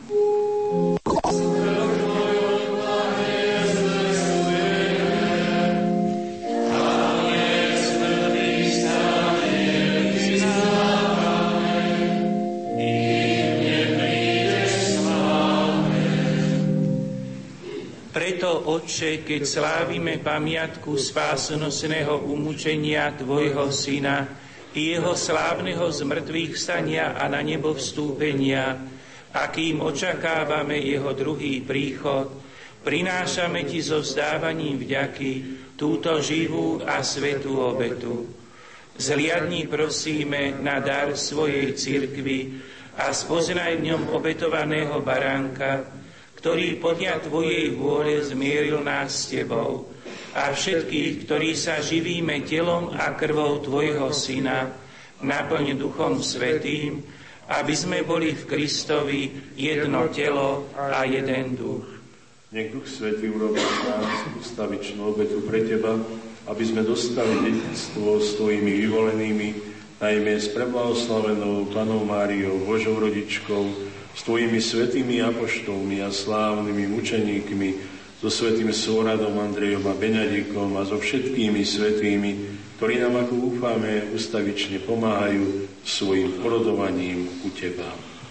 Preto, Otče, keď slávime pamiatku spásonosného umúčenia Tvojho Syna i jeho slávneho zmrtvých vstania a na nebo vstúpenia, akým očakávame jeho druhý príchod, prinášame Ti so vzdávaním vďaky túto živú a svätú obetu. Zliadni prosíme na dar svojej cirkvi a spoznaj v ňom obetovaného baránka, ktorý podľa Tvojej vôle zmieril nás s Tebou, a všetkých, ktorí sa živíme telom a krvou Tvojho Syna, naplň Duchom Svätým, aby sme boli v Kristovi jedno telo a jeden duch. Nech Duch Svätý urobí z nás ustavičnú obetu pre Teba, aby sme dostali dedičstvo s Tvojimi vyvolenými, najmä s preblahoslavenou Pannou Máriou, Božou rodičkou, s Tvojimi svätými apoštolmi a slávnymi mučeníkmi, so svätým Svoradom, Andrejom a Beňadikom a so všetkými svätými, ktorí nám, ako dúfame, ustavične pomáhajú svojim porodovaním u Teba.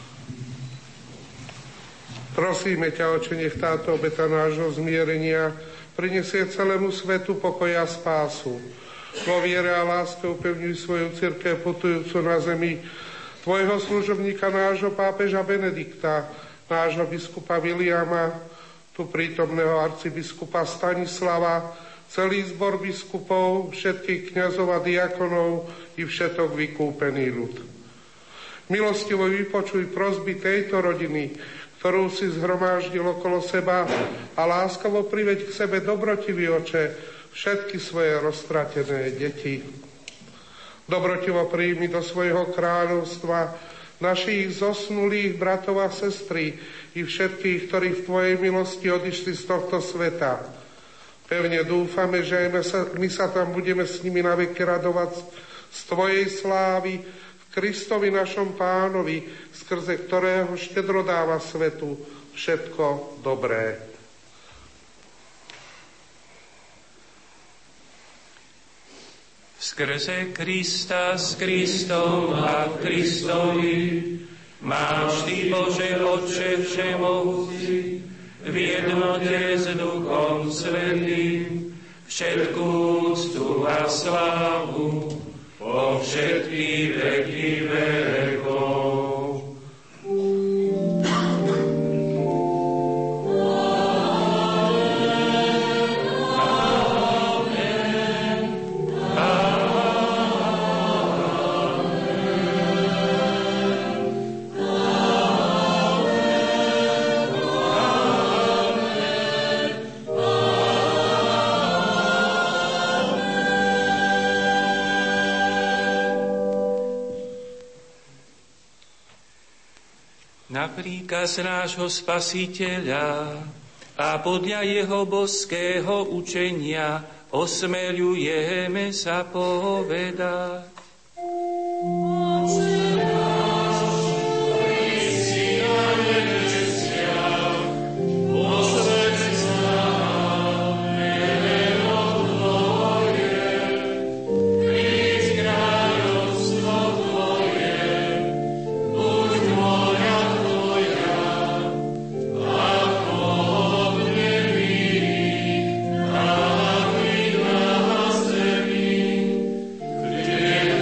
Prosíme ťa, Oče, nech táto obeta nášho zmierenia prinesie celému svetu pokoja a spásu. Vo viere a láske upevňuj svoju cirkev putujúcu na zemi Tvojho služobníka, nášho pápeža Benedikta, nášho biskupa Viliama, tu prítomného arcibiskupa Stanislava, celý zbor biskupov, všetkých kňazov a diakonov i všetok vykúpený ľud. Milostivo vypočuj prosby tejto rodiny, ktorú si zhromáždil okolo seba, a láskavo priveď k sebe, dobrotivý Oče, všetky svoje roztratené deti. Dobrotivo príjmi do svojho kráľovstva našich zosnulých bratov a sestry i všetkých, ktorí v Tvojej milosti odišli z tohto sveta. Pevne dúfame, že aj my sa tam budeme s nimi naveky radovať z Tvojej slávy v Kristovi našom Pánovi, skrze ktorého štedro dáva svetu všetko dobré. Skrze Krista, s Kristom a v Kristovi máš Ty, Bože Otče všemohúci, v jednote s Duchom Svätým, všetkú úctu a slávu po všetky veky vekov. Na príkaz nášho Spasiteľa a podľa jeho božského učenia osmeľujeme sa povedať. Yeah.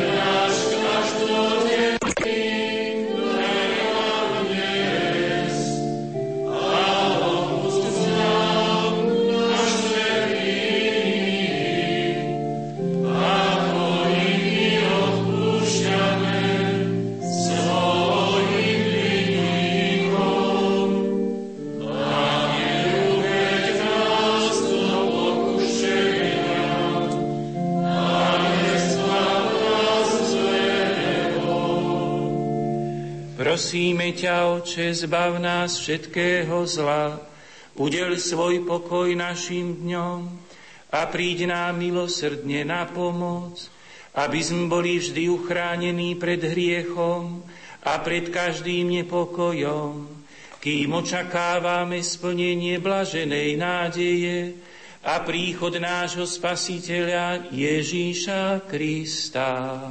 Prosíme ťa, Otče, zbav nás všetkého zla, udel svoj pokoj našim dňom a príď nám milosrdne na pomoc, aby sme boli vždy uchránení pred hriechom a pred každým nepokojom, kým očakávame splnenie blaženej nádeje a príchod nášho Spasiteľa Ježíša Krista.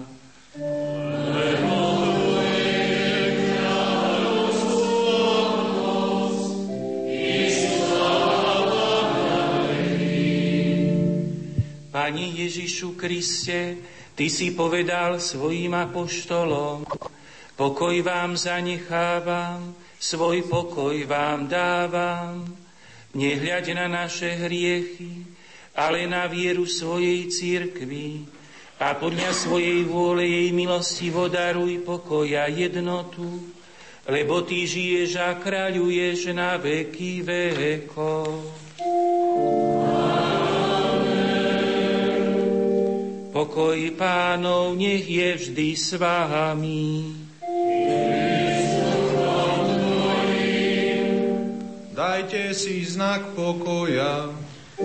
Pani Ježišu Kriste, Ty si povedal svojim apoštolom, pokoj vám zanechávam, svoj pokoj vám dávam. Nehľaď na naše hriechy, ale na vieru svojej cirkvi a podľa svojej vôle jej milostivo daruj pokoj a jednotu, lebo Ty žiješ a kráľuješ na veky vekov. Pokoj Pánov nech je vždy s vami. Dajte si znak pokoja.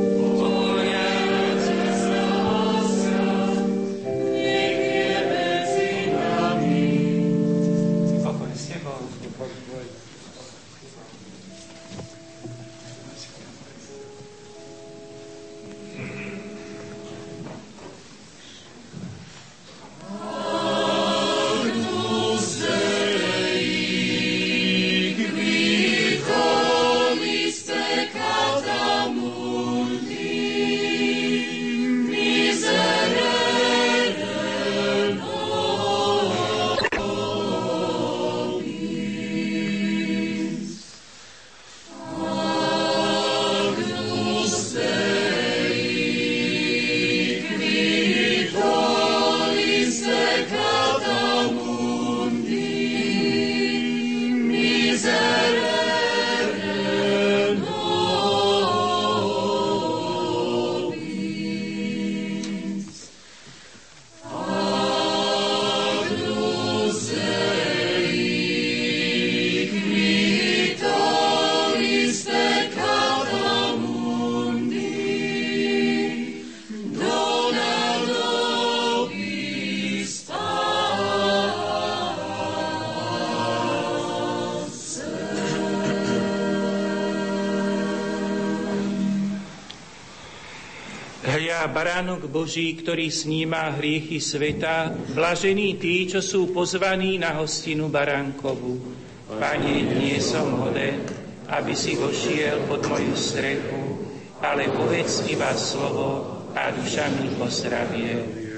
Baránok Boží, ktorý sníma hriechy sveta, blažení tí, čo sú pozvaní na hostinu baránkovú. Pane, nie som hoden, aby si vošiel pod moju strechu, ale povedz iba slovo a duša mi pozdravie.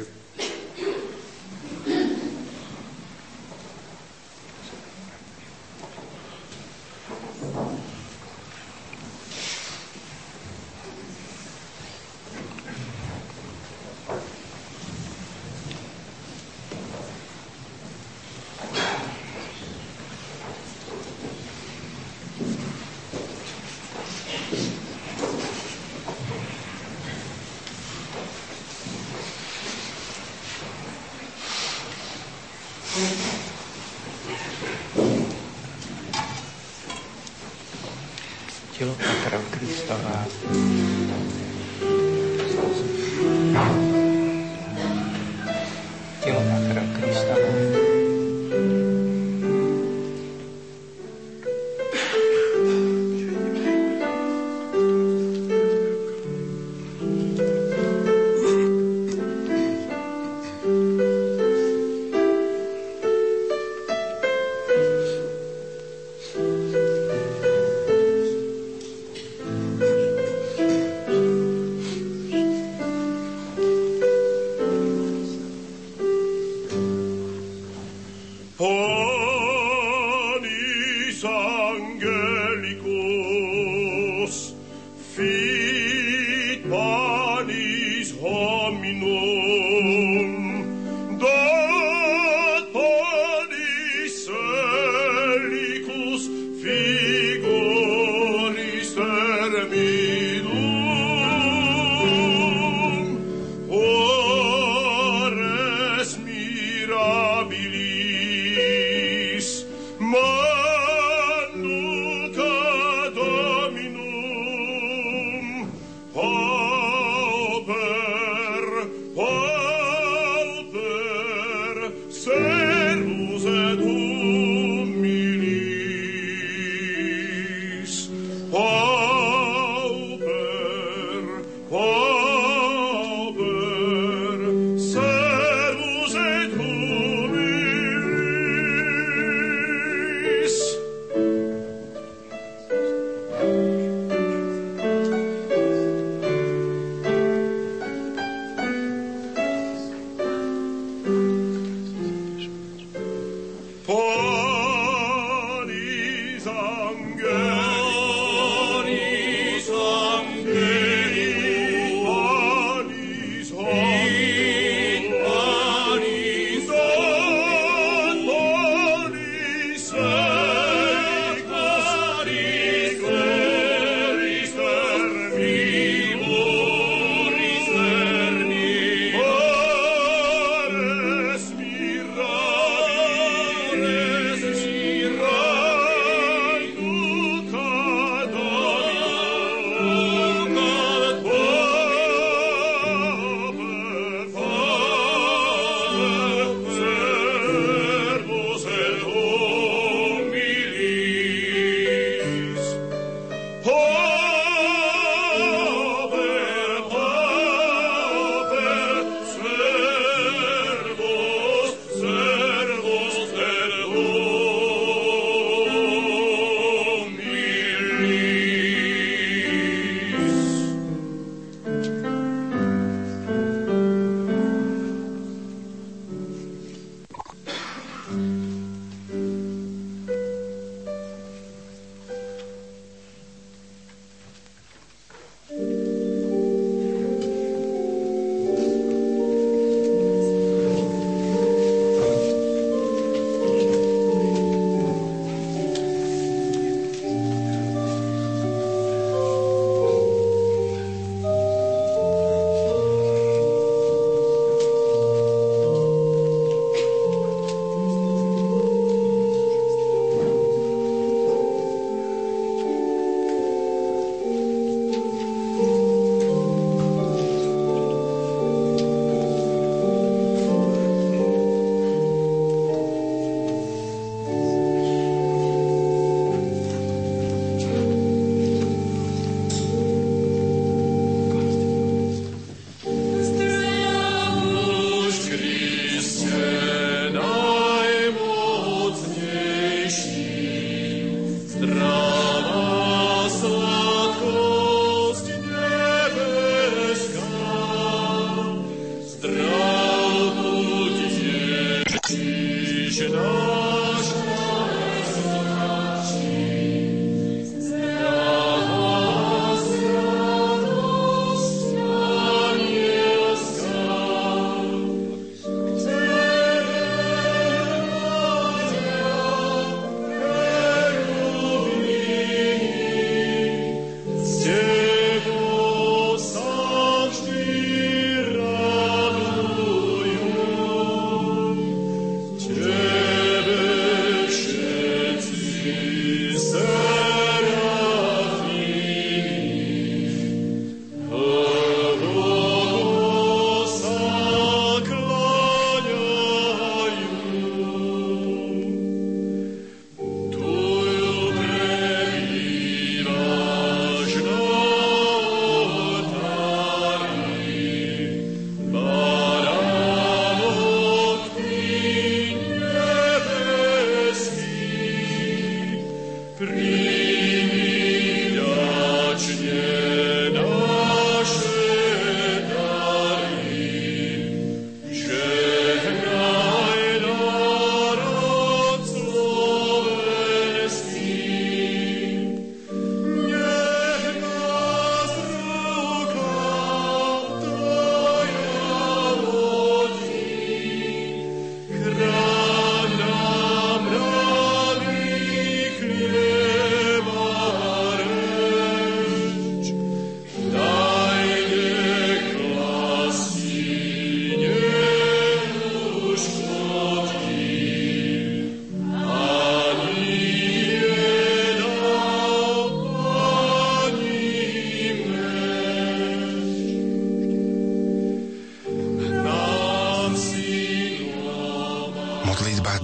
Telo a krv Kristova. Telo a krv Kristova. Ma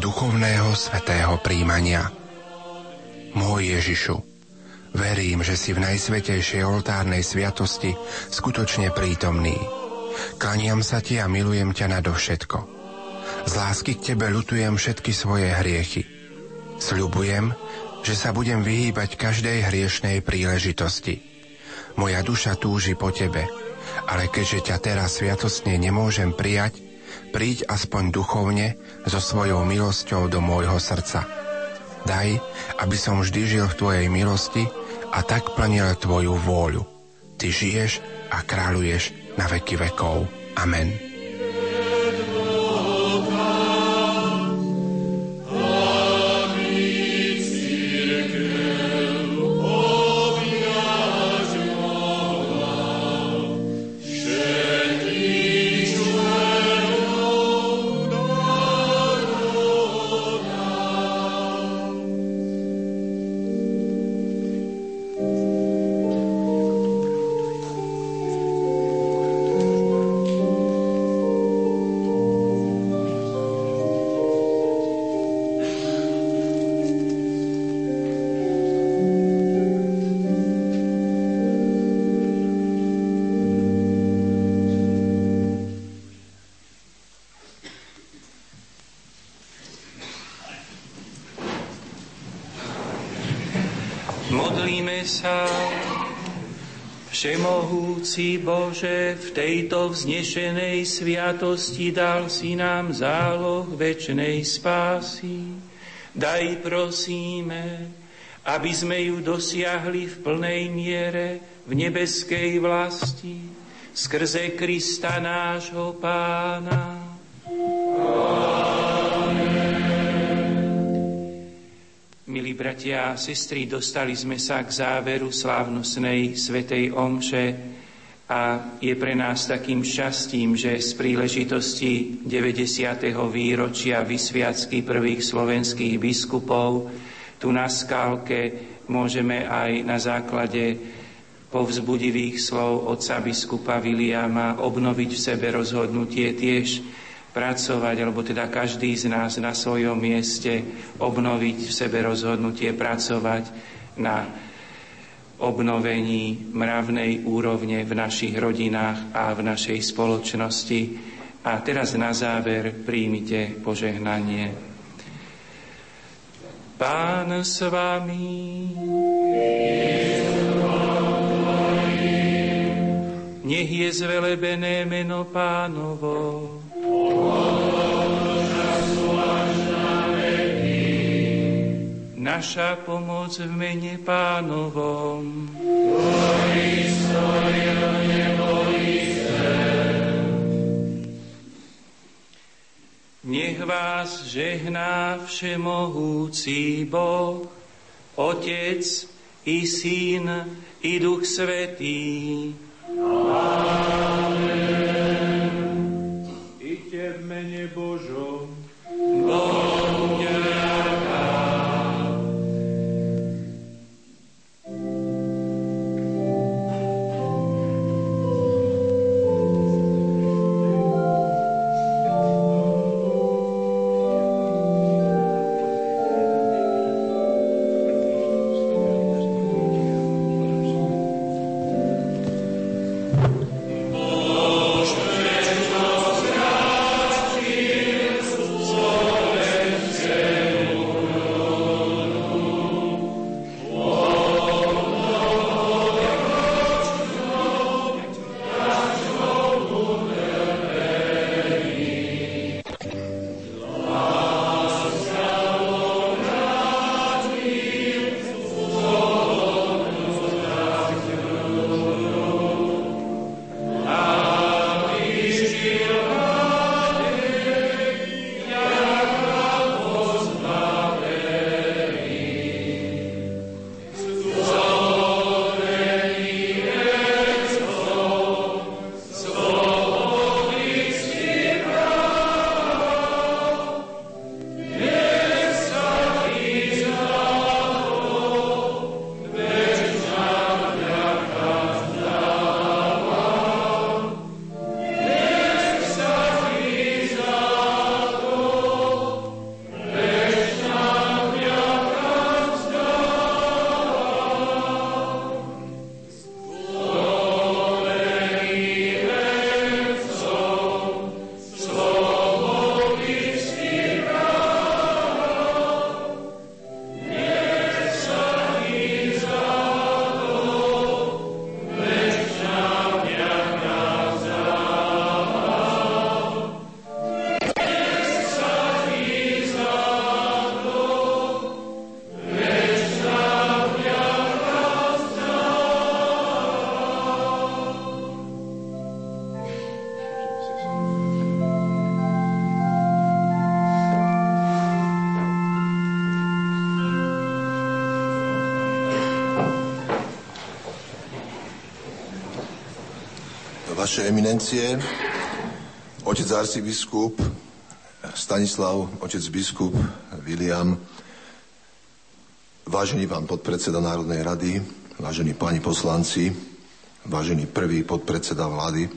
duchovného svätého príjmania. Môj Ježišu, verím, že si v najsvätejšej oltárnej sviatosti skutočne prítomný. Klaniam sa ti a milujem ťa nadovšetko. Z lásky k tebe ľutujem všetky svoje hriechy. Sľubujem, že sa budem vyhýbať každej hriešnej príležitosti. Moja duša túži po tebe, ale keďže ťa teraz sviatostne nemôžem prijať, príď aspoň duchovne so svojou milosťou do môjho srdca. Daj, aby som vždy žil v tvojej milosti a tak plnil tvoju vôľu. Ty žiješ a kráľuješ na veky vekov. Amen. Modlíme sa. Všemohúci Bože, v tejto vznešenej sviatosti dal si nám záloh večnej spásy. Daj, prosíme, aby sme ju dosiahli v plnej miere v nebeskej vlasti skrze Krista nášho Pána. Milí bratia a sestry, dostali sme sa k záveru slávnostnej svätej omše a je pre nás takým šťastím, že z príležitosti 90. výročia vysviacky prvých slovenských biskupov tu na Skalke môžeme aj na základe povzbudivých slov otca biskupa Viliama obnoviť v sebe rozhodnutie tiež pracovať, alebo teda každý z nás na svojom mieste obnoviť v sebe rozhodnutie pracovať na obnovení mravnej úrovne v našich rodinách a v našej spoločnosti. A teraz na záver príjmite požehnanie. Pán s vami. Nech je zvelebené meno Pánovo. Naša pomoc v mene Pánovom. Nech vás žehná všemohúci Boh, Otec i Syn i Duch Svätý. Amen. Iďte v mene Božom. Bohu ďaká. Vaše eminencie, otec arcibiskup Stanislav, otec biskup William, vážený pán podpredseda Národnej rady, vážení páni poslanci, vážený prvý podpredseda vlády,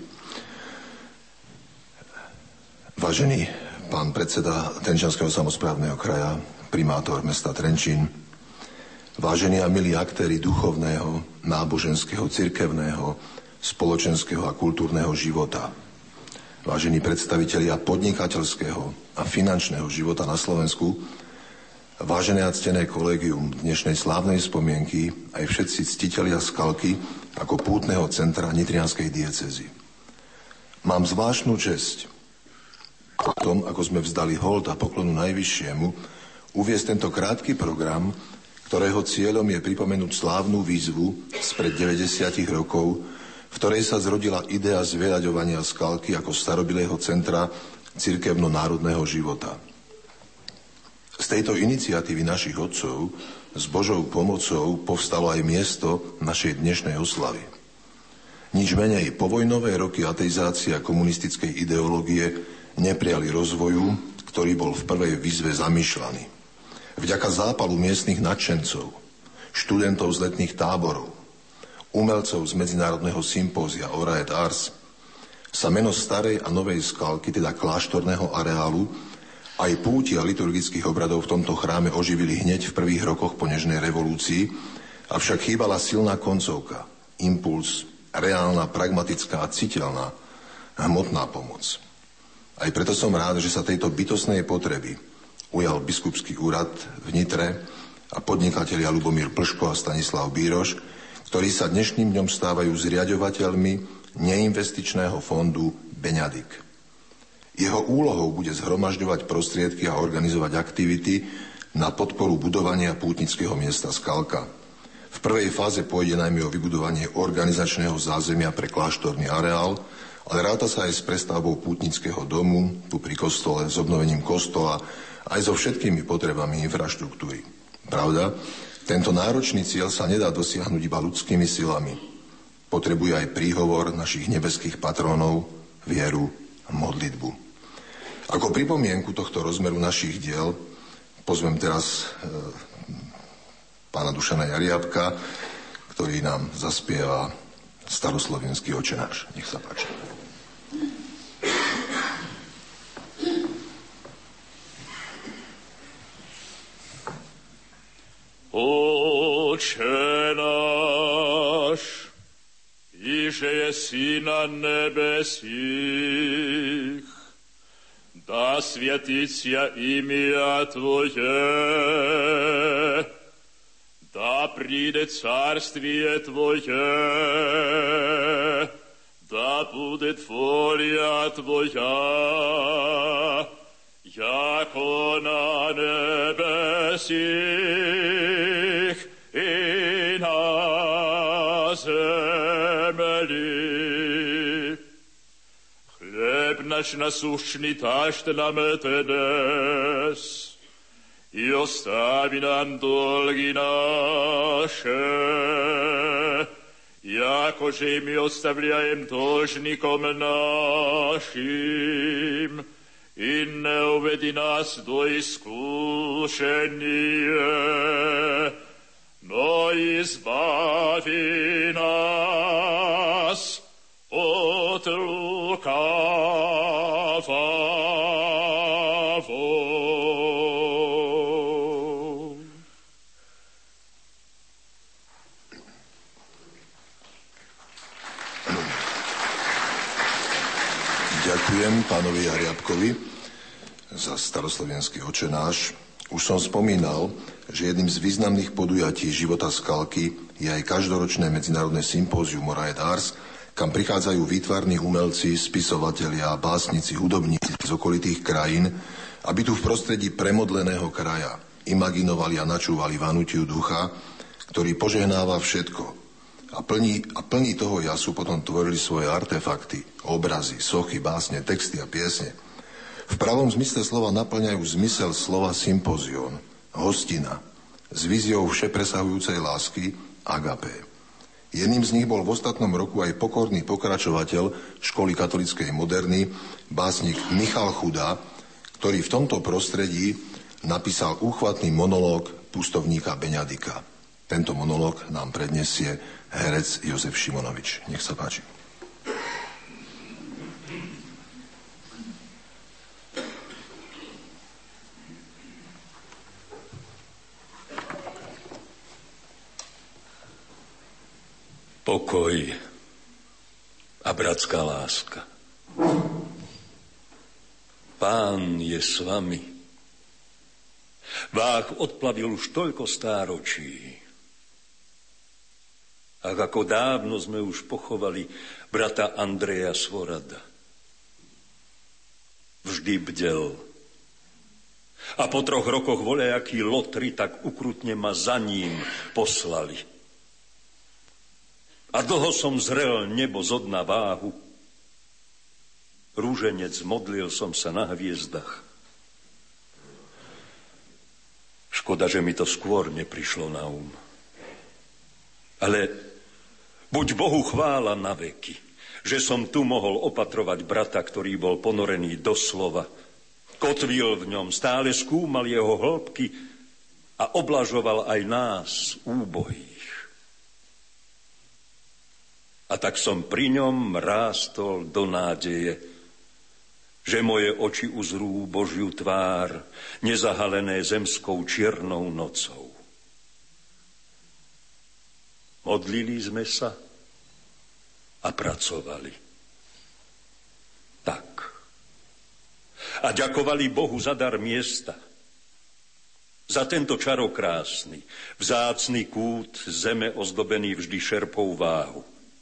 vážený pán predseda Trenčianskeho samosprávneho kraja, primátor mesta Trenčín, vážení a milí aktéri duchovného, náboženského, cirkevného, spoločenského a kultúrneho života, vážení predstavitelia podnikateľského a finančného života na Slovensku, vážené a ctené kolégium dnešnej slávnej spomienky, aj všetci ctitelia Skalky ako pútneho centra nitrianskej diecézy. Mám zvláštnu česť po tom, ako sme vzdali hold a poklonu Najvyššiemu, uviesť tento krátky program, ktorého cieľom je pripomenúť slávnu výzvu spred 90 rokov, v ktorej sa zrodila idea zveľaďovania Skalky ako starobilého centra cirkevno-národného života. Z tejto iniciatívy našich otcov s Božou pomocou povstalo aj miesto našej dnešnej oslavy. Nič menej povojnové roky ateizácie a komunistickej ideológie neprijali rozvoju, ktorý bol v prvej výzve zamýšľaný. Vďaka zápalu miestnych nadšencov, študentov z letných táborov, umelcov z medzinárodného sympózia Ora et Ars sa meno starej a novej Skalky, teda kláštorného areálu, aj púti a liturgických obradov v tomto chráme oživili hneď v prvých rokoch po nežnej revolúcii, avšak chýbala silná koncovka, impuls, reálna, pragmatická a citeľná hmotná pomoc. Aj preto som rád, že sa tejto bytostnej potreby ujal biskupský úrad v Nitre a podnikatelia Ľubomír Plško a Stanislav Bíroš, ktorí sa dnešným dňom stávajú zriaďovateľmi neinvestičného fondu Beňadik. Jeho úlohou bude zhromažďovať prostriedky a organizovať aktivity na podporu budovania pútnického miesta Skalka. V prvej fáze pôjde najmä o vybudovanie organizačného zázemia pre kláštorný areál, ale ráta sa aj s prestavbou pútnického domu, tu pri kostole, s obnovením kostola, aj so všetkými potrebami infraštruktúry. Pravda, tento náročný cieľ sa nedá dosiahnuť iba ľudskými silami. Potrebuje aj príhovor našich nebeských patrónov, vieru a modlitbu. Ako pripomienku tohto rozmeru našich diel pozvem teraz pána Dušana Jariabka, ktorý nám zaspieva staroslovenský Očenáš. Nech sa páči. Oče náš, iže jesi na nebesích, da svjetica imja Tvoje, da pride carstwie Tvoje, da bude Tvoja Tvoja, jako na nebesích i na zemli. Chleb náš nasущный дашь нам dnes, и остави нам долги наши, якоже мы оставляем должником нашим, и не уведи нас до искушения, но избави нас от лукавого. Ďakujem pánovi Jariabkovi za staroslovenský Očenáš. Už som spomínal, že jedným z významných podujatí života Skalky je aj každoročné medzinárodné sympózium Ora et Ars, kam prichádzajú výtvarní umelci, spisovatelia, básnici, hudobníci z okolitých krajín, aby tu v prostredí premodleného kraja imaginovali a načúvali vanutiu ducha, ktorý požehnáva všetko. A plní toho jasu potom tvorili svoje artefakty, obrazy, sochy, básne, texty a piesne. V pravom zmysle slova naplňajú zmysel slova sympózion, hostina, s víziou všepresahujúcej lásky, agapé. Jedným z nich bol v ostatnom roku aj pokorný pokračovateľ školy katolíckej moderny, básnik Michal Chuda, ktorý v tomto prostredí napísal úchvatný monológ pustovníka Beňadika. Tento monológ nám predniesie herec Jozef Šimonovič. Nech sa páči. Pokoj a bratská láska. Pán je s vami. Váh odplavil už toľko stáročí. Ak ako dávno sme už pochovali brata Andreja Svorada. Vždy bdel. A po 3 rokoch voľajakí lotri tak ukrutne ma za ním poslali. A dlho som zrel nebo zo dna váhu. Rúženec modlil som sa na hviezdach. Škoda, že mi to skôr neprišlo na Ale buď Bohu chvála na veky, že som tu mohol opatrovať brata, ktorý bol ponorený do slova. Kotvil v ňom, stále skúmal jeho hĺbky a oblažoval aj nás, úbohých. A tak som pri ňom rástol do nádeje, že moje oči uzrú Božiu tvár, nezahalené zemskou čiernou nocou. Modlili sme sa a pracovali. Tak. A ďakovali Bohu za dar miesta, za tento čarokrásny, vzácny kút zeme ozdobený vždy šerpou váhu.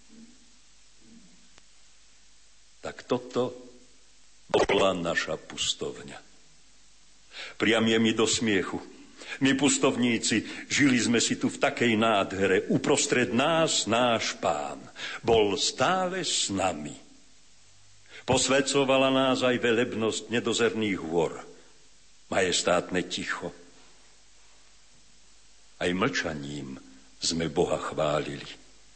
Tak toto bola naša pustovňa. Priam je mi do smiechu. My pustovníci žili sme si tu v takej nádhere. Uprostred nás náš Pán bol stále s nami. Posvedcovala nás aj velebnosť nedozerných hôr. Majestátne ticho. Aj mlčaním sme Boha chválili.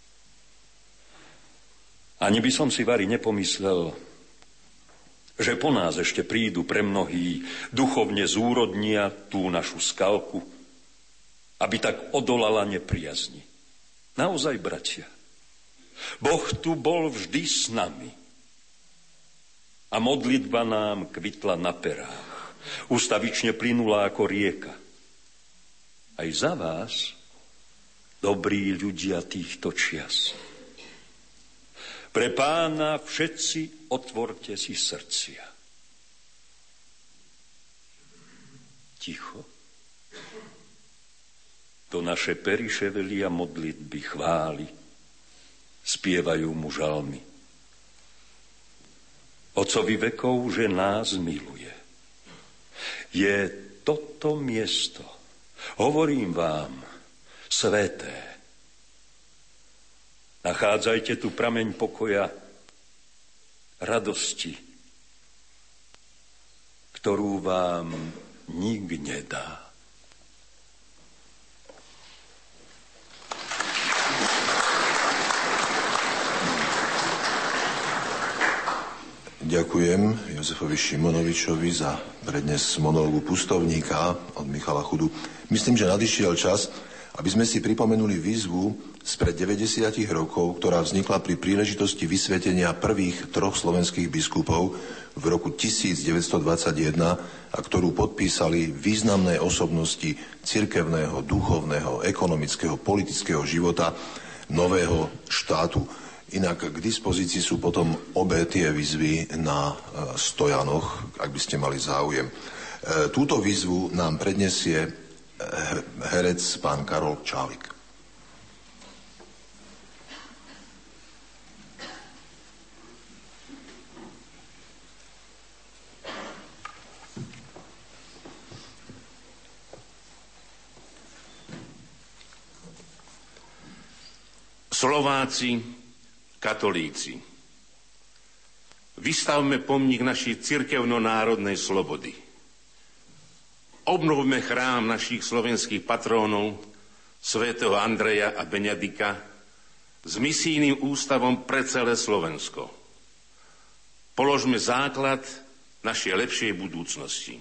Ani by som si vari nepomyslel, že po nás ešte prídu pre mnohí duchovne zúrodnia tú našu skalku, aby tak odolala nepriazni. Naozaj, bratia, Boh tu bol vždy s nami a modlitba nám kvitla na perách, ustavične plynula ako rieka. Aj za vás, dobrí ľudia týchto čias. Pre Pána všetci otvorte si srdcia. Ticho. To naše pery ševelia modlitby, chvály, spievajú mu žalmy. Otcovi vekov, že nás miluje. Je toto miesto, hovorím vám, sväté. Nachádzajte tu prameň pokoja, radosti, ktorú vám nik nedá. Ďakujem Jozefovi Šimonovičovi za prednes monológu Pustovníka od Michala Chudu. Myslím, že nadišiel čas, aby sme si pripomenuli výzvu spred 90 rokov, ktorá vznikla pri príležitosti vysvetenia prvých 3 slovenských biskupov v roku 1921 a ktorú podpísali významné osobnosti cirkevného, duchovného, ekonomického, politického života nového štátu. Inak k dispozícii sú potom obe tie výzvy na stojanoch, ak by ste mali záujem. Túto výzvu nám predniesie herec pán Karol Čálik. Slováci, katolíci, vystavme pomník našej cirkevno-národnej slobody. Obnovme chrám našich slovenských patrónov, svätého Andreja a Beňadika, s misijným ústavom pre celé Slovensko. Položme základ našej lepšej budúcnosti.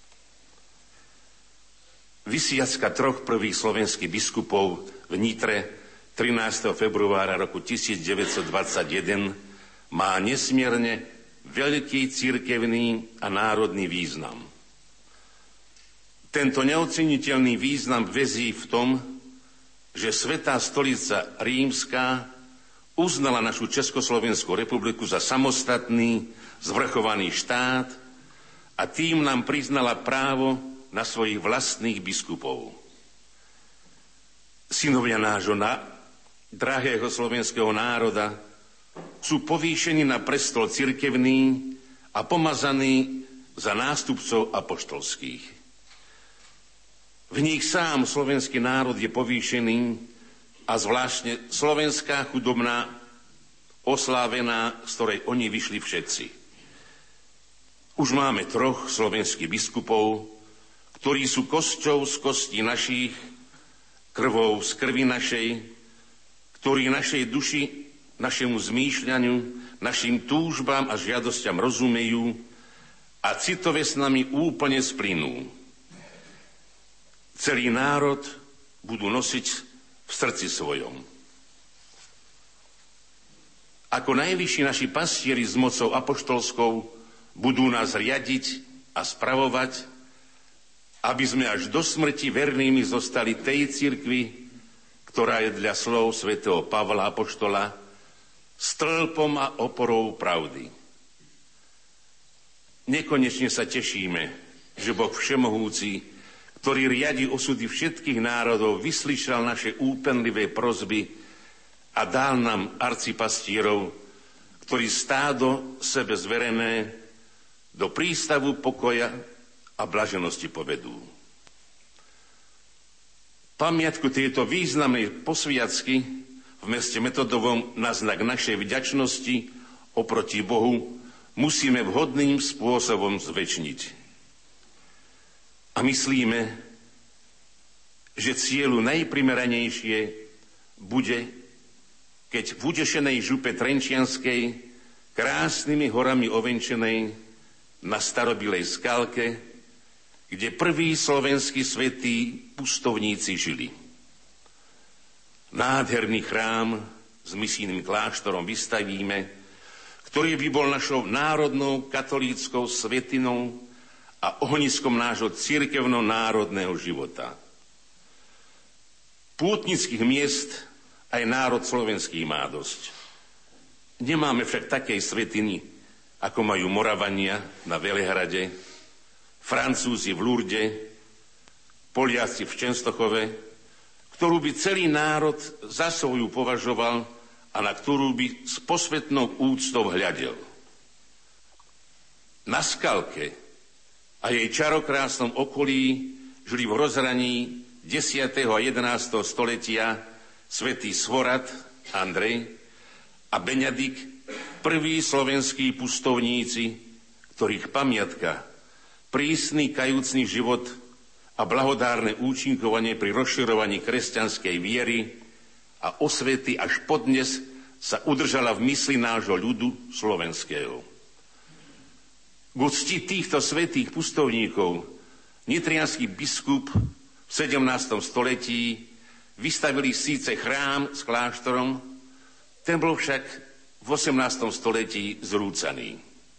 Vysviacka 3 prvých slovenských biskupov v Nitre 13. februára roku 1921 má nesmierne veľký cirkevný a národný význam. Tento neoceniteľný význam väzí v tom, že Svätá stolica rímska uznala našu Československú republiku za samostatný, zvrchovaný štát a tým nám priznala právo na svojich vlastných biskupov. Synovia nášho drahého slovenského národa sú povýšení na prestol cirkevný a pomazaní za nástupcov apoštolských. V nich sám slovenský národ je povýšený a zvláštne slovenská chudobná, oslávená, z ktorej oni vyšli všetci. Už máme 3 slovenských biskupov, ktorí sú kosťou z kostí našich, krvou z krvi našej, ktorí našej duši, našemu zmýšľaniu, našim túžbám a žiadosťam rozumejú a citove s nami úplne splynú. Celý národ budú nosiť v srdci svojom. Ako najvyšší naši pastieri s mocou apoštolskou budú nás riadiť a spravovať, aby sme až do smrti vernými zostali tej cirkvi, ktorá je dla slov svätého Pavla apoštola stĺpom a oporou pravdy. Nekonečne sa tešíme, že Boh všemohúci, ktorý riadi osudy všetkých národov, vyslyšal naše úpenlivé prosby a dal nám arcipastierov, ktorí stádo sebe zverené do prístavu pokoja a blaženosti povedú. Pamiatku tejto významnej posviacky v meste Metodovom na znak našej vďačnosti oproti Bohu musíme vhodným spôsobom zvečniť. A myslíme, že cieľu najprimeranejšie bude, keď v udešenej župe Trenčianskej, krásnymi horami ovenčenej, na starobilej skalke, kde prví slovenskí svätí pustovníci žili. Nádherný chrám s misijným kláštorom vystavíme, ktorý by bol našou národnou katolíckou svetinou a ohniskom nášho cirkevno-národného života. Pútnických miest aj národ slovenský má dosť. Nemáme však takej svätyni, ako majú Moravania na Velehrade, Francúzi v Lurde, Poliaci v Čenstochove, ktorú by celý národ za svoju považoval a na ktorú by s posvetnou úctou hľadel. Na Skalke a jej čarokrásnom okolí žili v rozhraní 10. a 11. stoletia svätý Svorad Andrej a Beňadik, prví slovenskí pustovníci, ktorých pamiatka, prísny kajúcný život a blahodárne účinkovanie pri rozširovaní kresťanskej viery a osvety až podnes sa udržala v mysli nášho ľudu slovenského. K úcti týchto svätých pustovníkov nitriansky biskup v 17. století vystavili síce chrám s kláštorom, ten bol však v 18. století zrúcaný.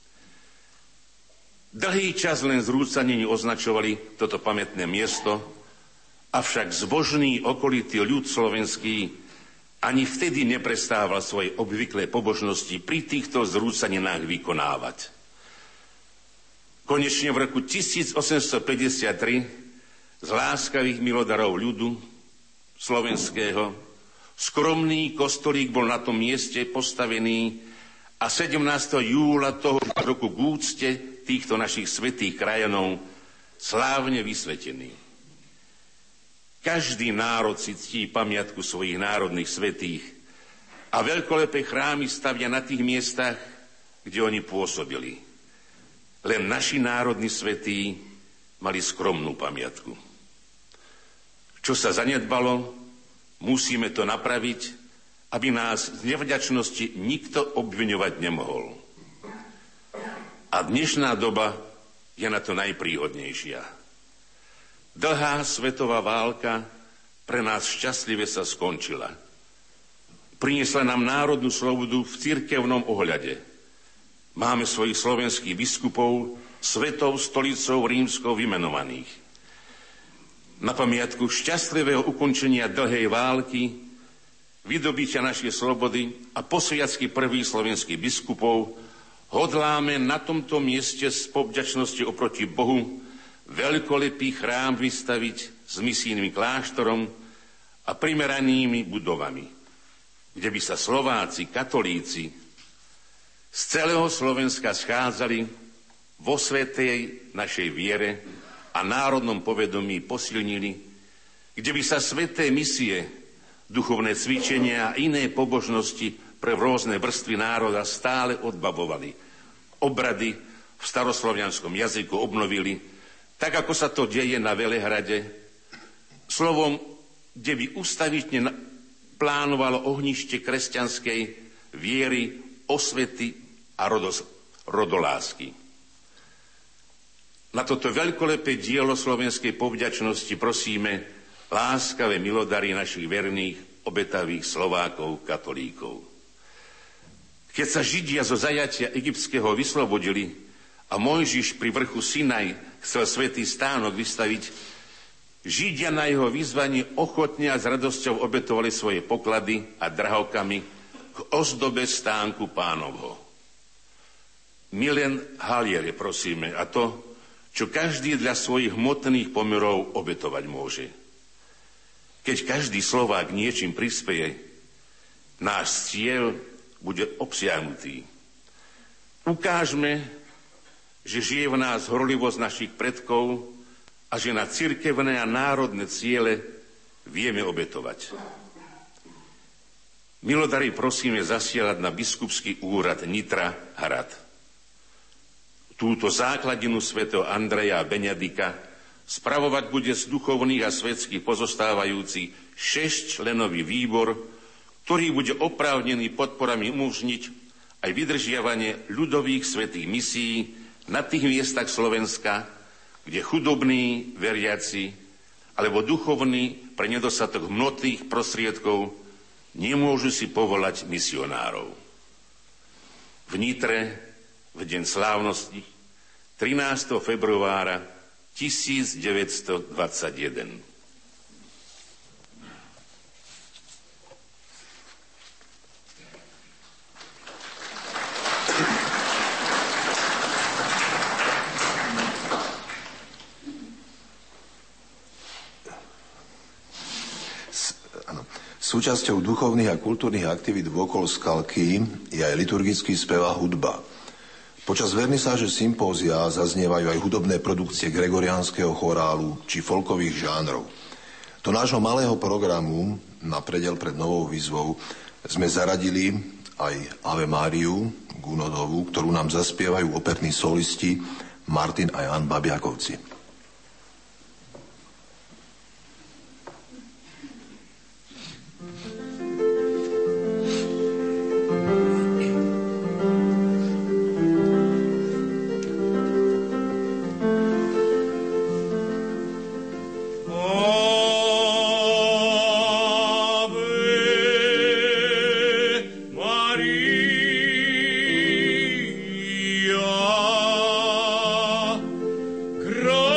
Dlhý čas len zrúcanení označovali toto pamätné miesto, avšak zbožný okolitý ľud slovenský ani vtedy neprestával svoje obvyklé pobožnosti pri týchto zrúcaninách vykonávať. Konečne v roku 1853 z láskavých milodarov ľudu slovenského skromný kostolík bol na tom mieste postavený a 17. júla toho roku k úcte týchto našich svätých krajanov slávne vysvetený. Každý národ si ctí pamiatku svojich národných svätých a veľkolepé chrámy stavia na tých miestach, kde oni pôsobili. Len naši národní svätí mali skromnú pamiatku. Čo sa zanedbalo, musíme to napraviť aby nás z nevďačnosti nikto obviňovať nemohol. A dnešná doba je na to najpríhodnejšia. Dlhá svetová válka pre nás šťastlive sa skončila. Priniesla nám národnú slobodu v cirkevnom ohľade. Máme svojich slovenských biskupov, svetou stolicou rímskou vymenovaných. Na pamiatku šťastlivého ukončenia dlhej války, vydobytia našej slobody a posviacky prvých slovenských biskupov hodláme na tomto mieste s povďačnosťou oproti Bohu veľkolepý chrám vystaviť s misijným kláštorom a primeranými budovami, kde by sa Slováci, katolíci z celého Slovenska schádzali vo svätej našej viere a národnom povedomí posilnili, kde by sa sväté misie, duchovné cvičenia a iné pobožnosti pre rôzne vrstvy národa stále odbavovali. Obrady v staroslovianskom jazyku obnovili, tak ako sa to deje na Velehrade. Slovom, kde by ustavične plánovalo ohnište kresťanskej viery, osvety a rodolásky. Na toto veľkolepé dielo slovenskej povďačnosti prosíme láskavé milodary našich verných, obetavých Slovákov, katolíkov. Keď sa Židia zo zajatia egyptského vyslobodili a Mojžiš pri vrchu Sinaj chcel svätý stánok vystaviť, Židia na jeho vyzvanie ochotne a s radosťou obetovali svoje poklady a drahokamy k ozdobe stánku Pánovho. My len haliere prosíme a to, čo každý dla svojich hmotných pomerov obetovať môže. Keď každý Slovák niečím prispeje, náš cieľ bude obsiahnutý. Ukážme, že žije v nás horlivosť našich predkov a že na cirkevné a národné ciele vieme obetovať. Milodary prosíme zasielať na biskupský úrad Nitra Hrad. Túto základinu svätého Andreja a Benedika spravovať bude z duchovných a svetských pozostávajúci 6-členový výbor, ktorý bude oprávnený podporami umožniť aj vydržiavanie ľudových svätých misií na tých miestach Slovenska, kde chudobní veriaci alebo duchovní pre nedostatok hmotných prostriedkov nemôžu si povolať misionárov. V Nitre v deň slávnosti 13. februára 1921. Súčasťou duchovných a kultúrnych aktivít vôkol Skalky je aj liturgický spev a hudba. Počas vernisáže sympózia zaznievajú aj hudobné produkcie gregoriánskeho chorálu či folkových žánrov. Do nášho malého programu na predel pred novou výzvou sme zaradili aj Ave Máriu Gunodovú, ktorú nám zaspievajú operní solisti Martin a Jan Babiakovci. Grow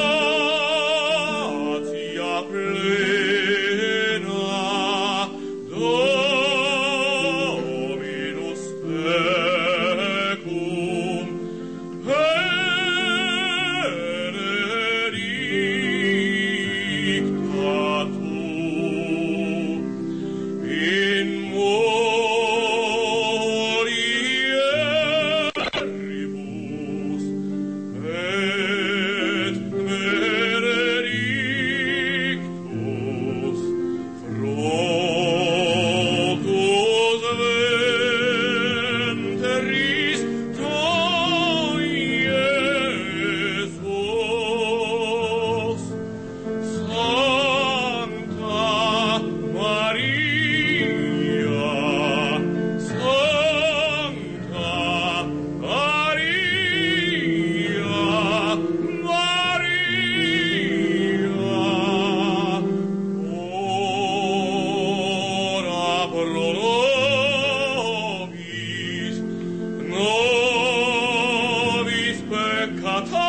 peccata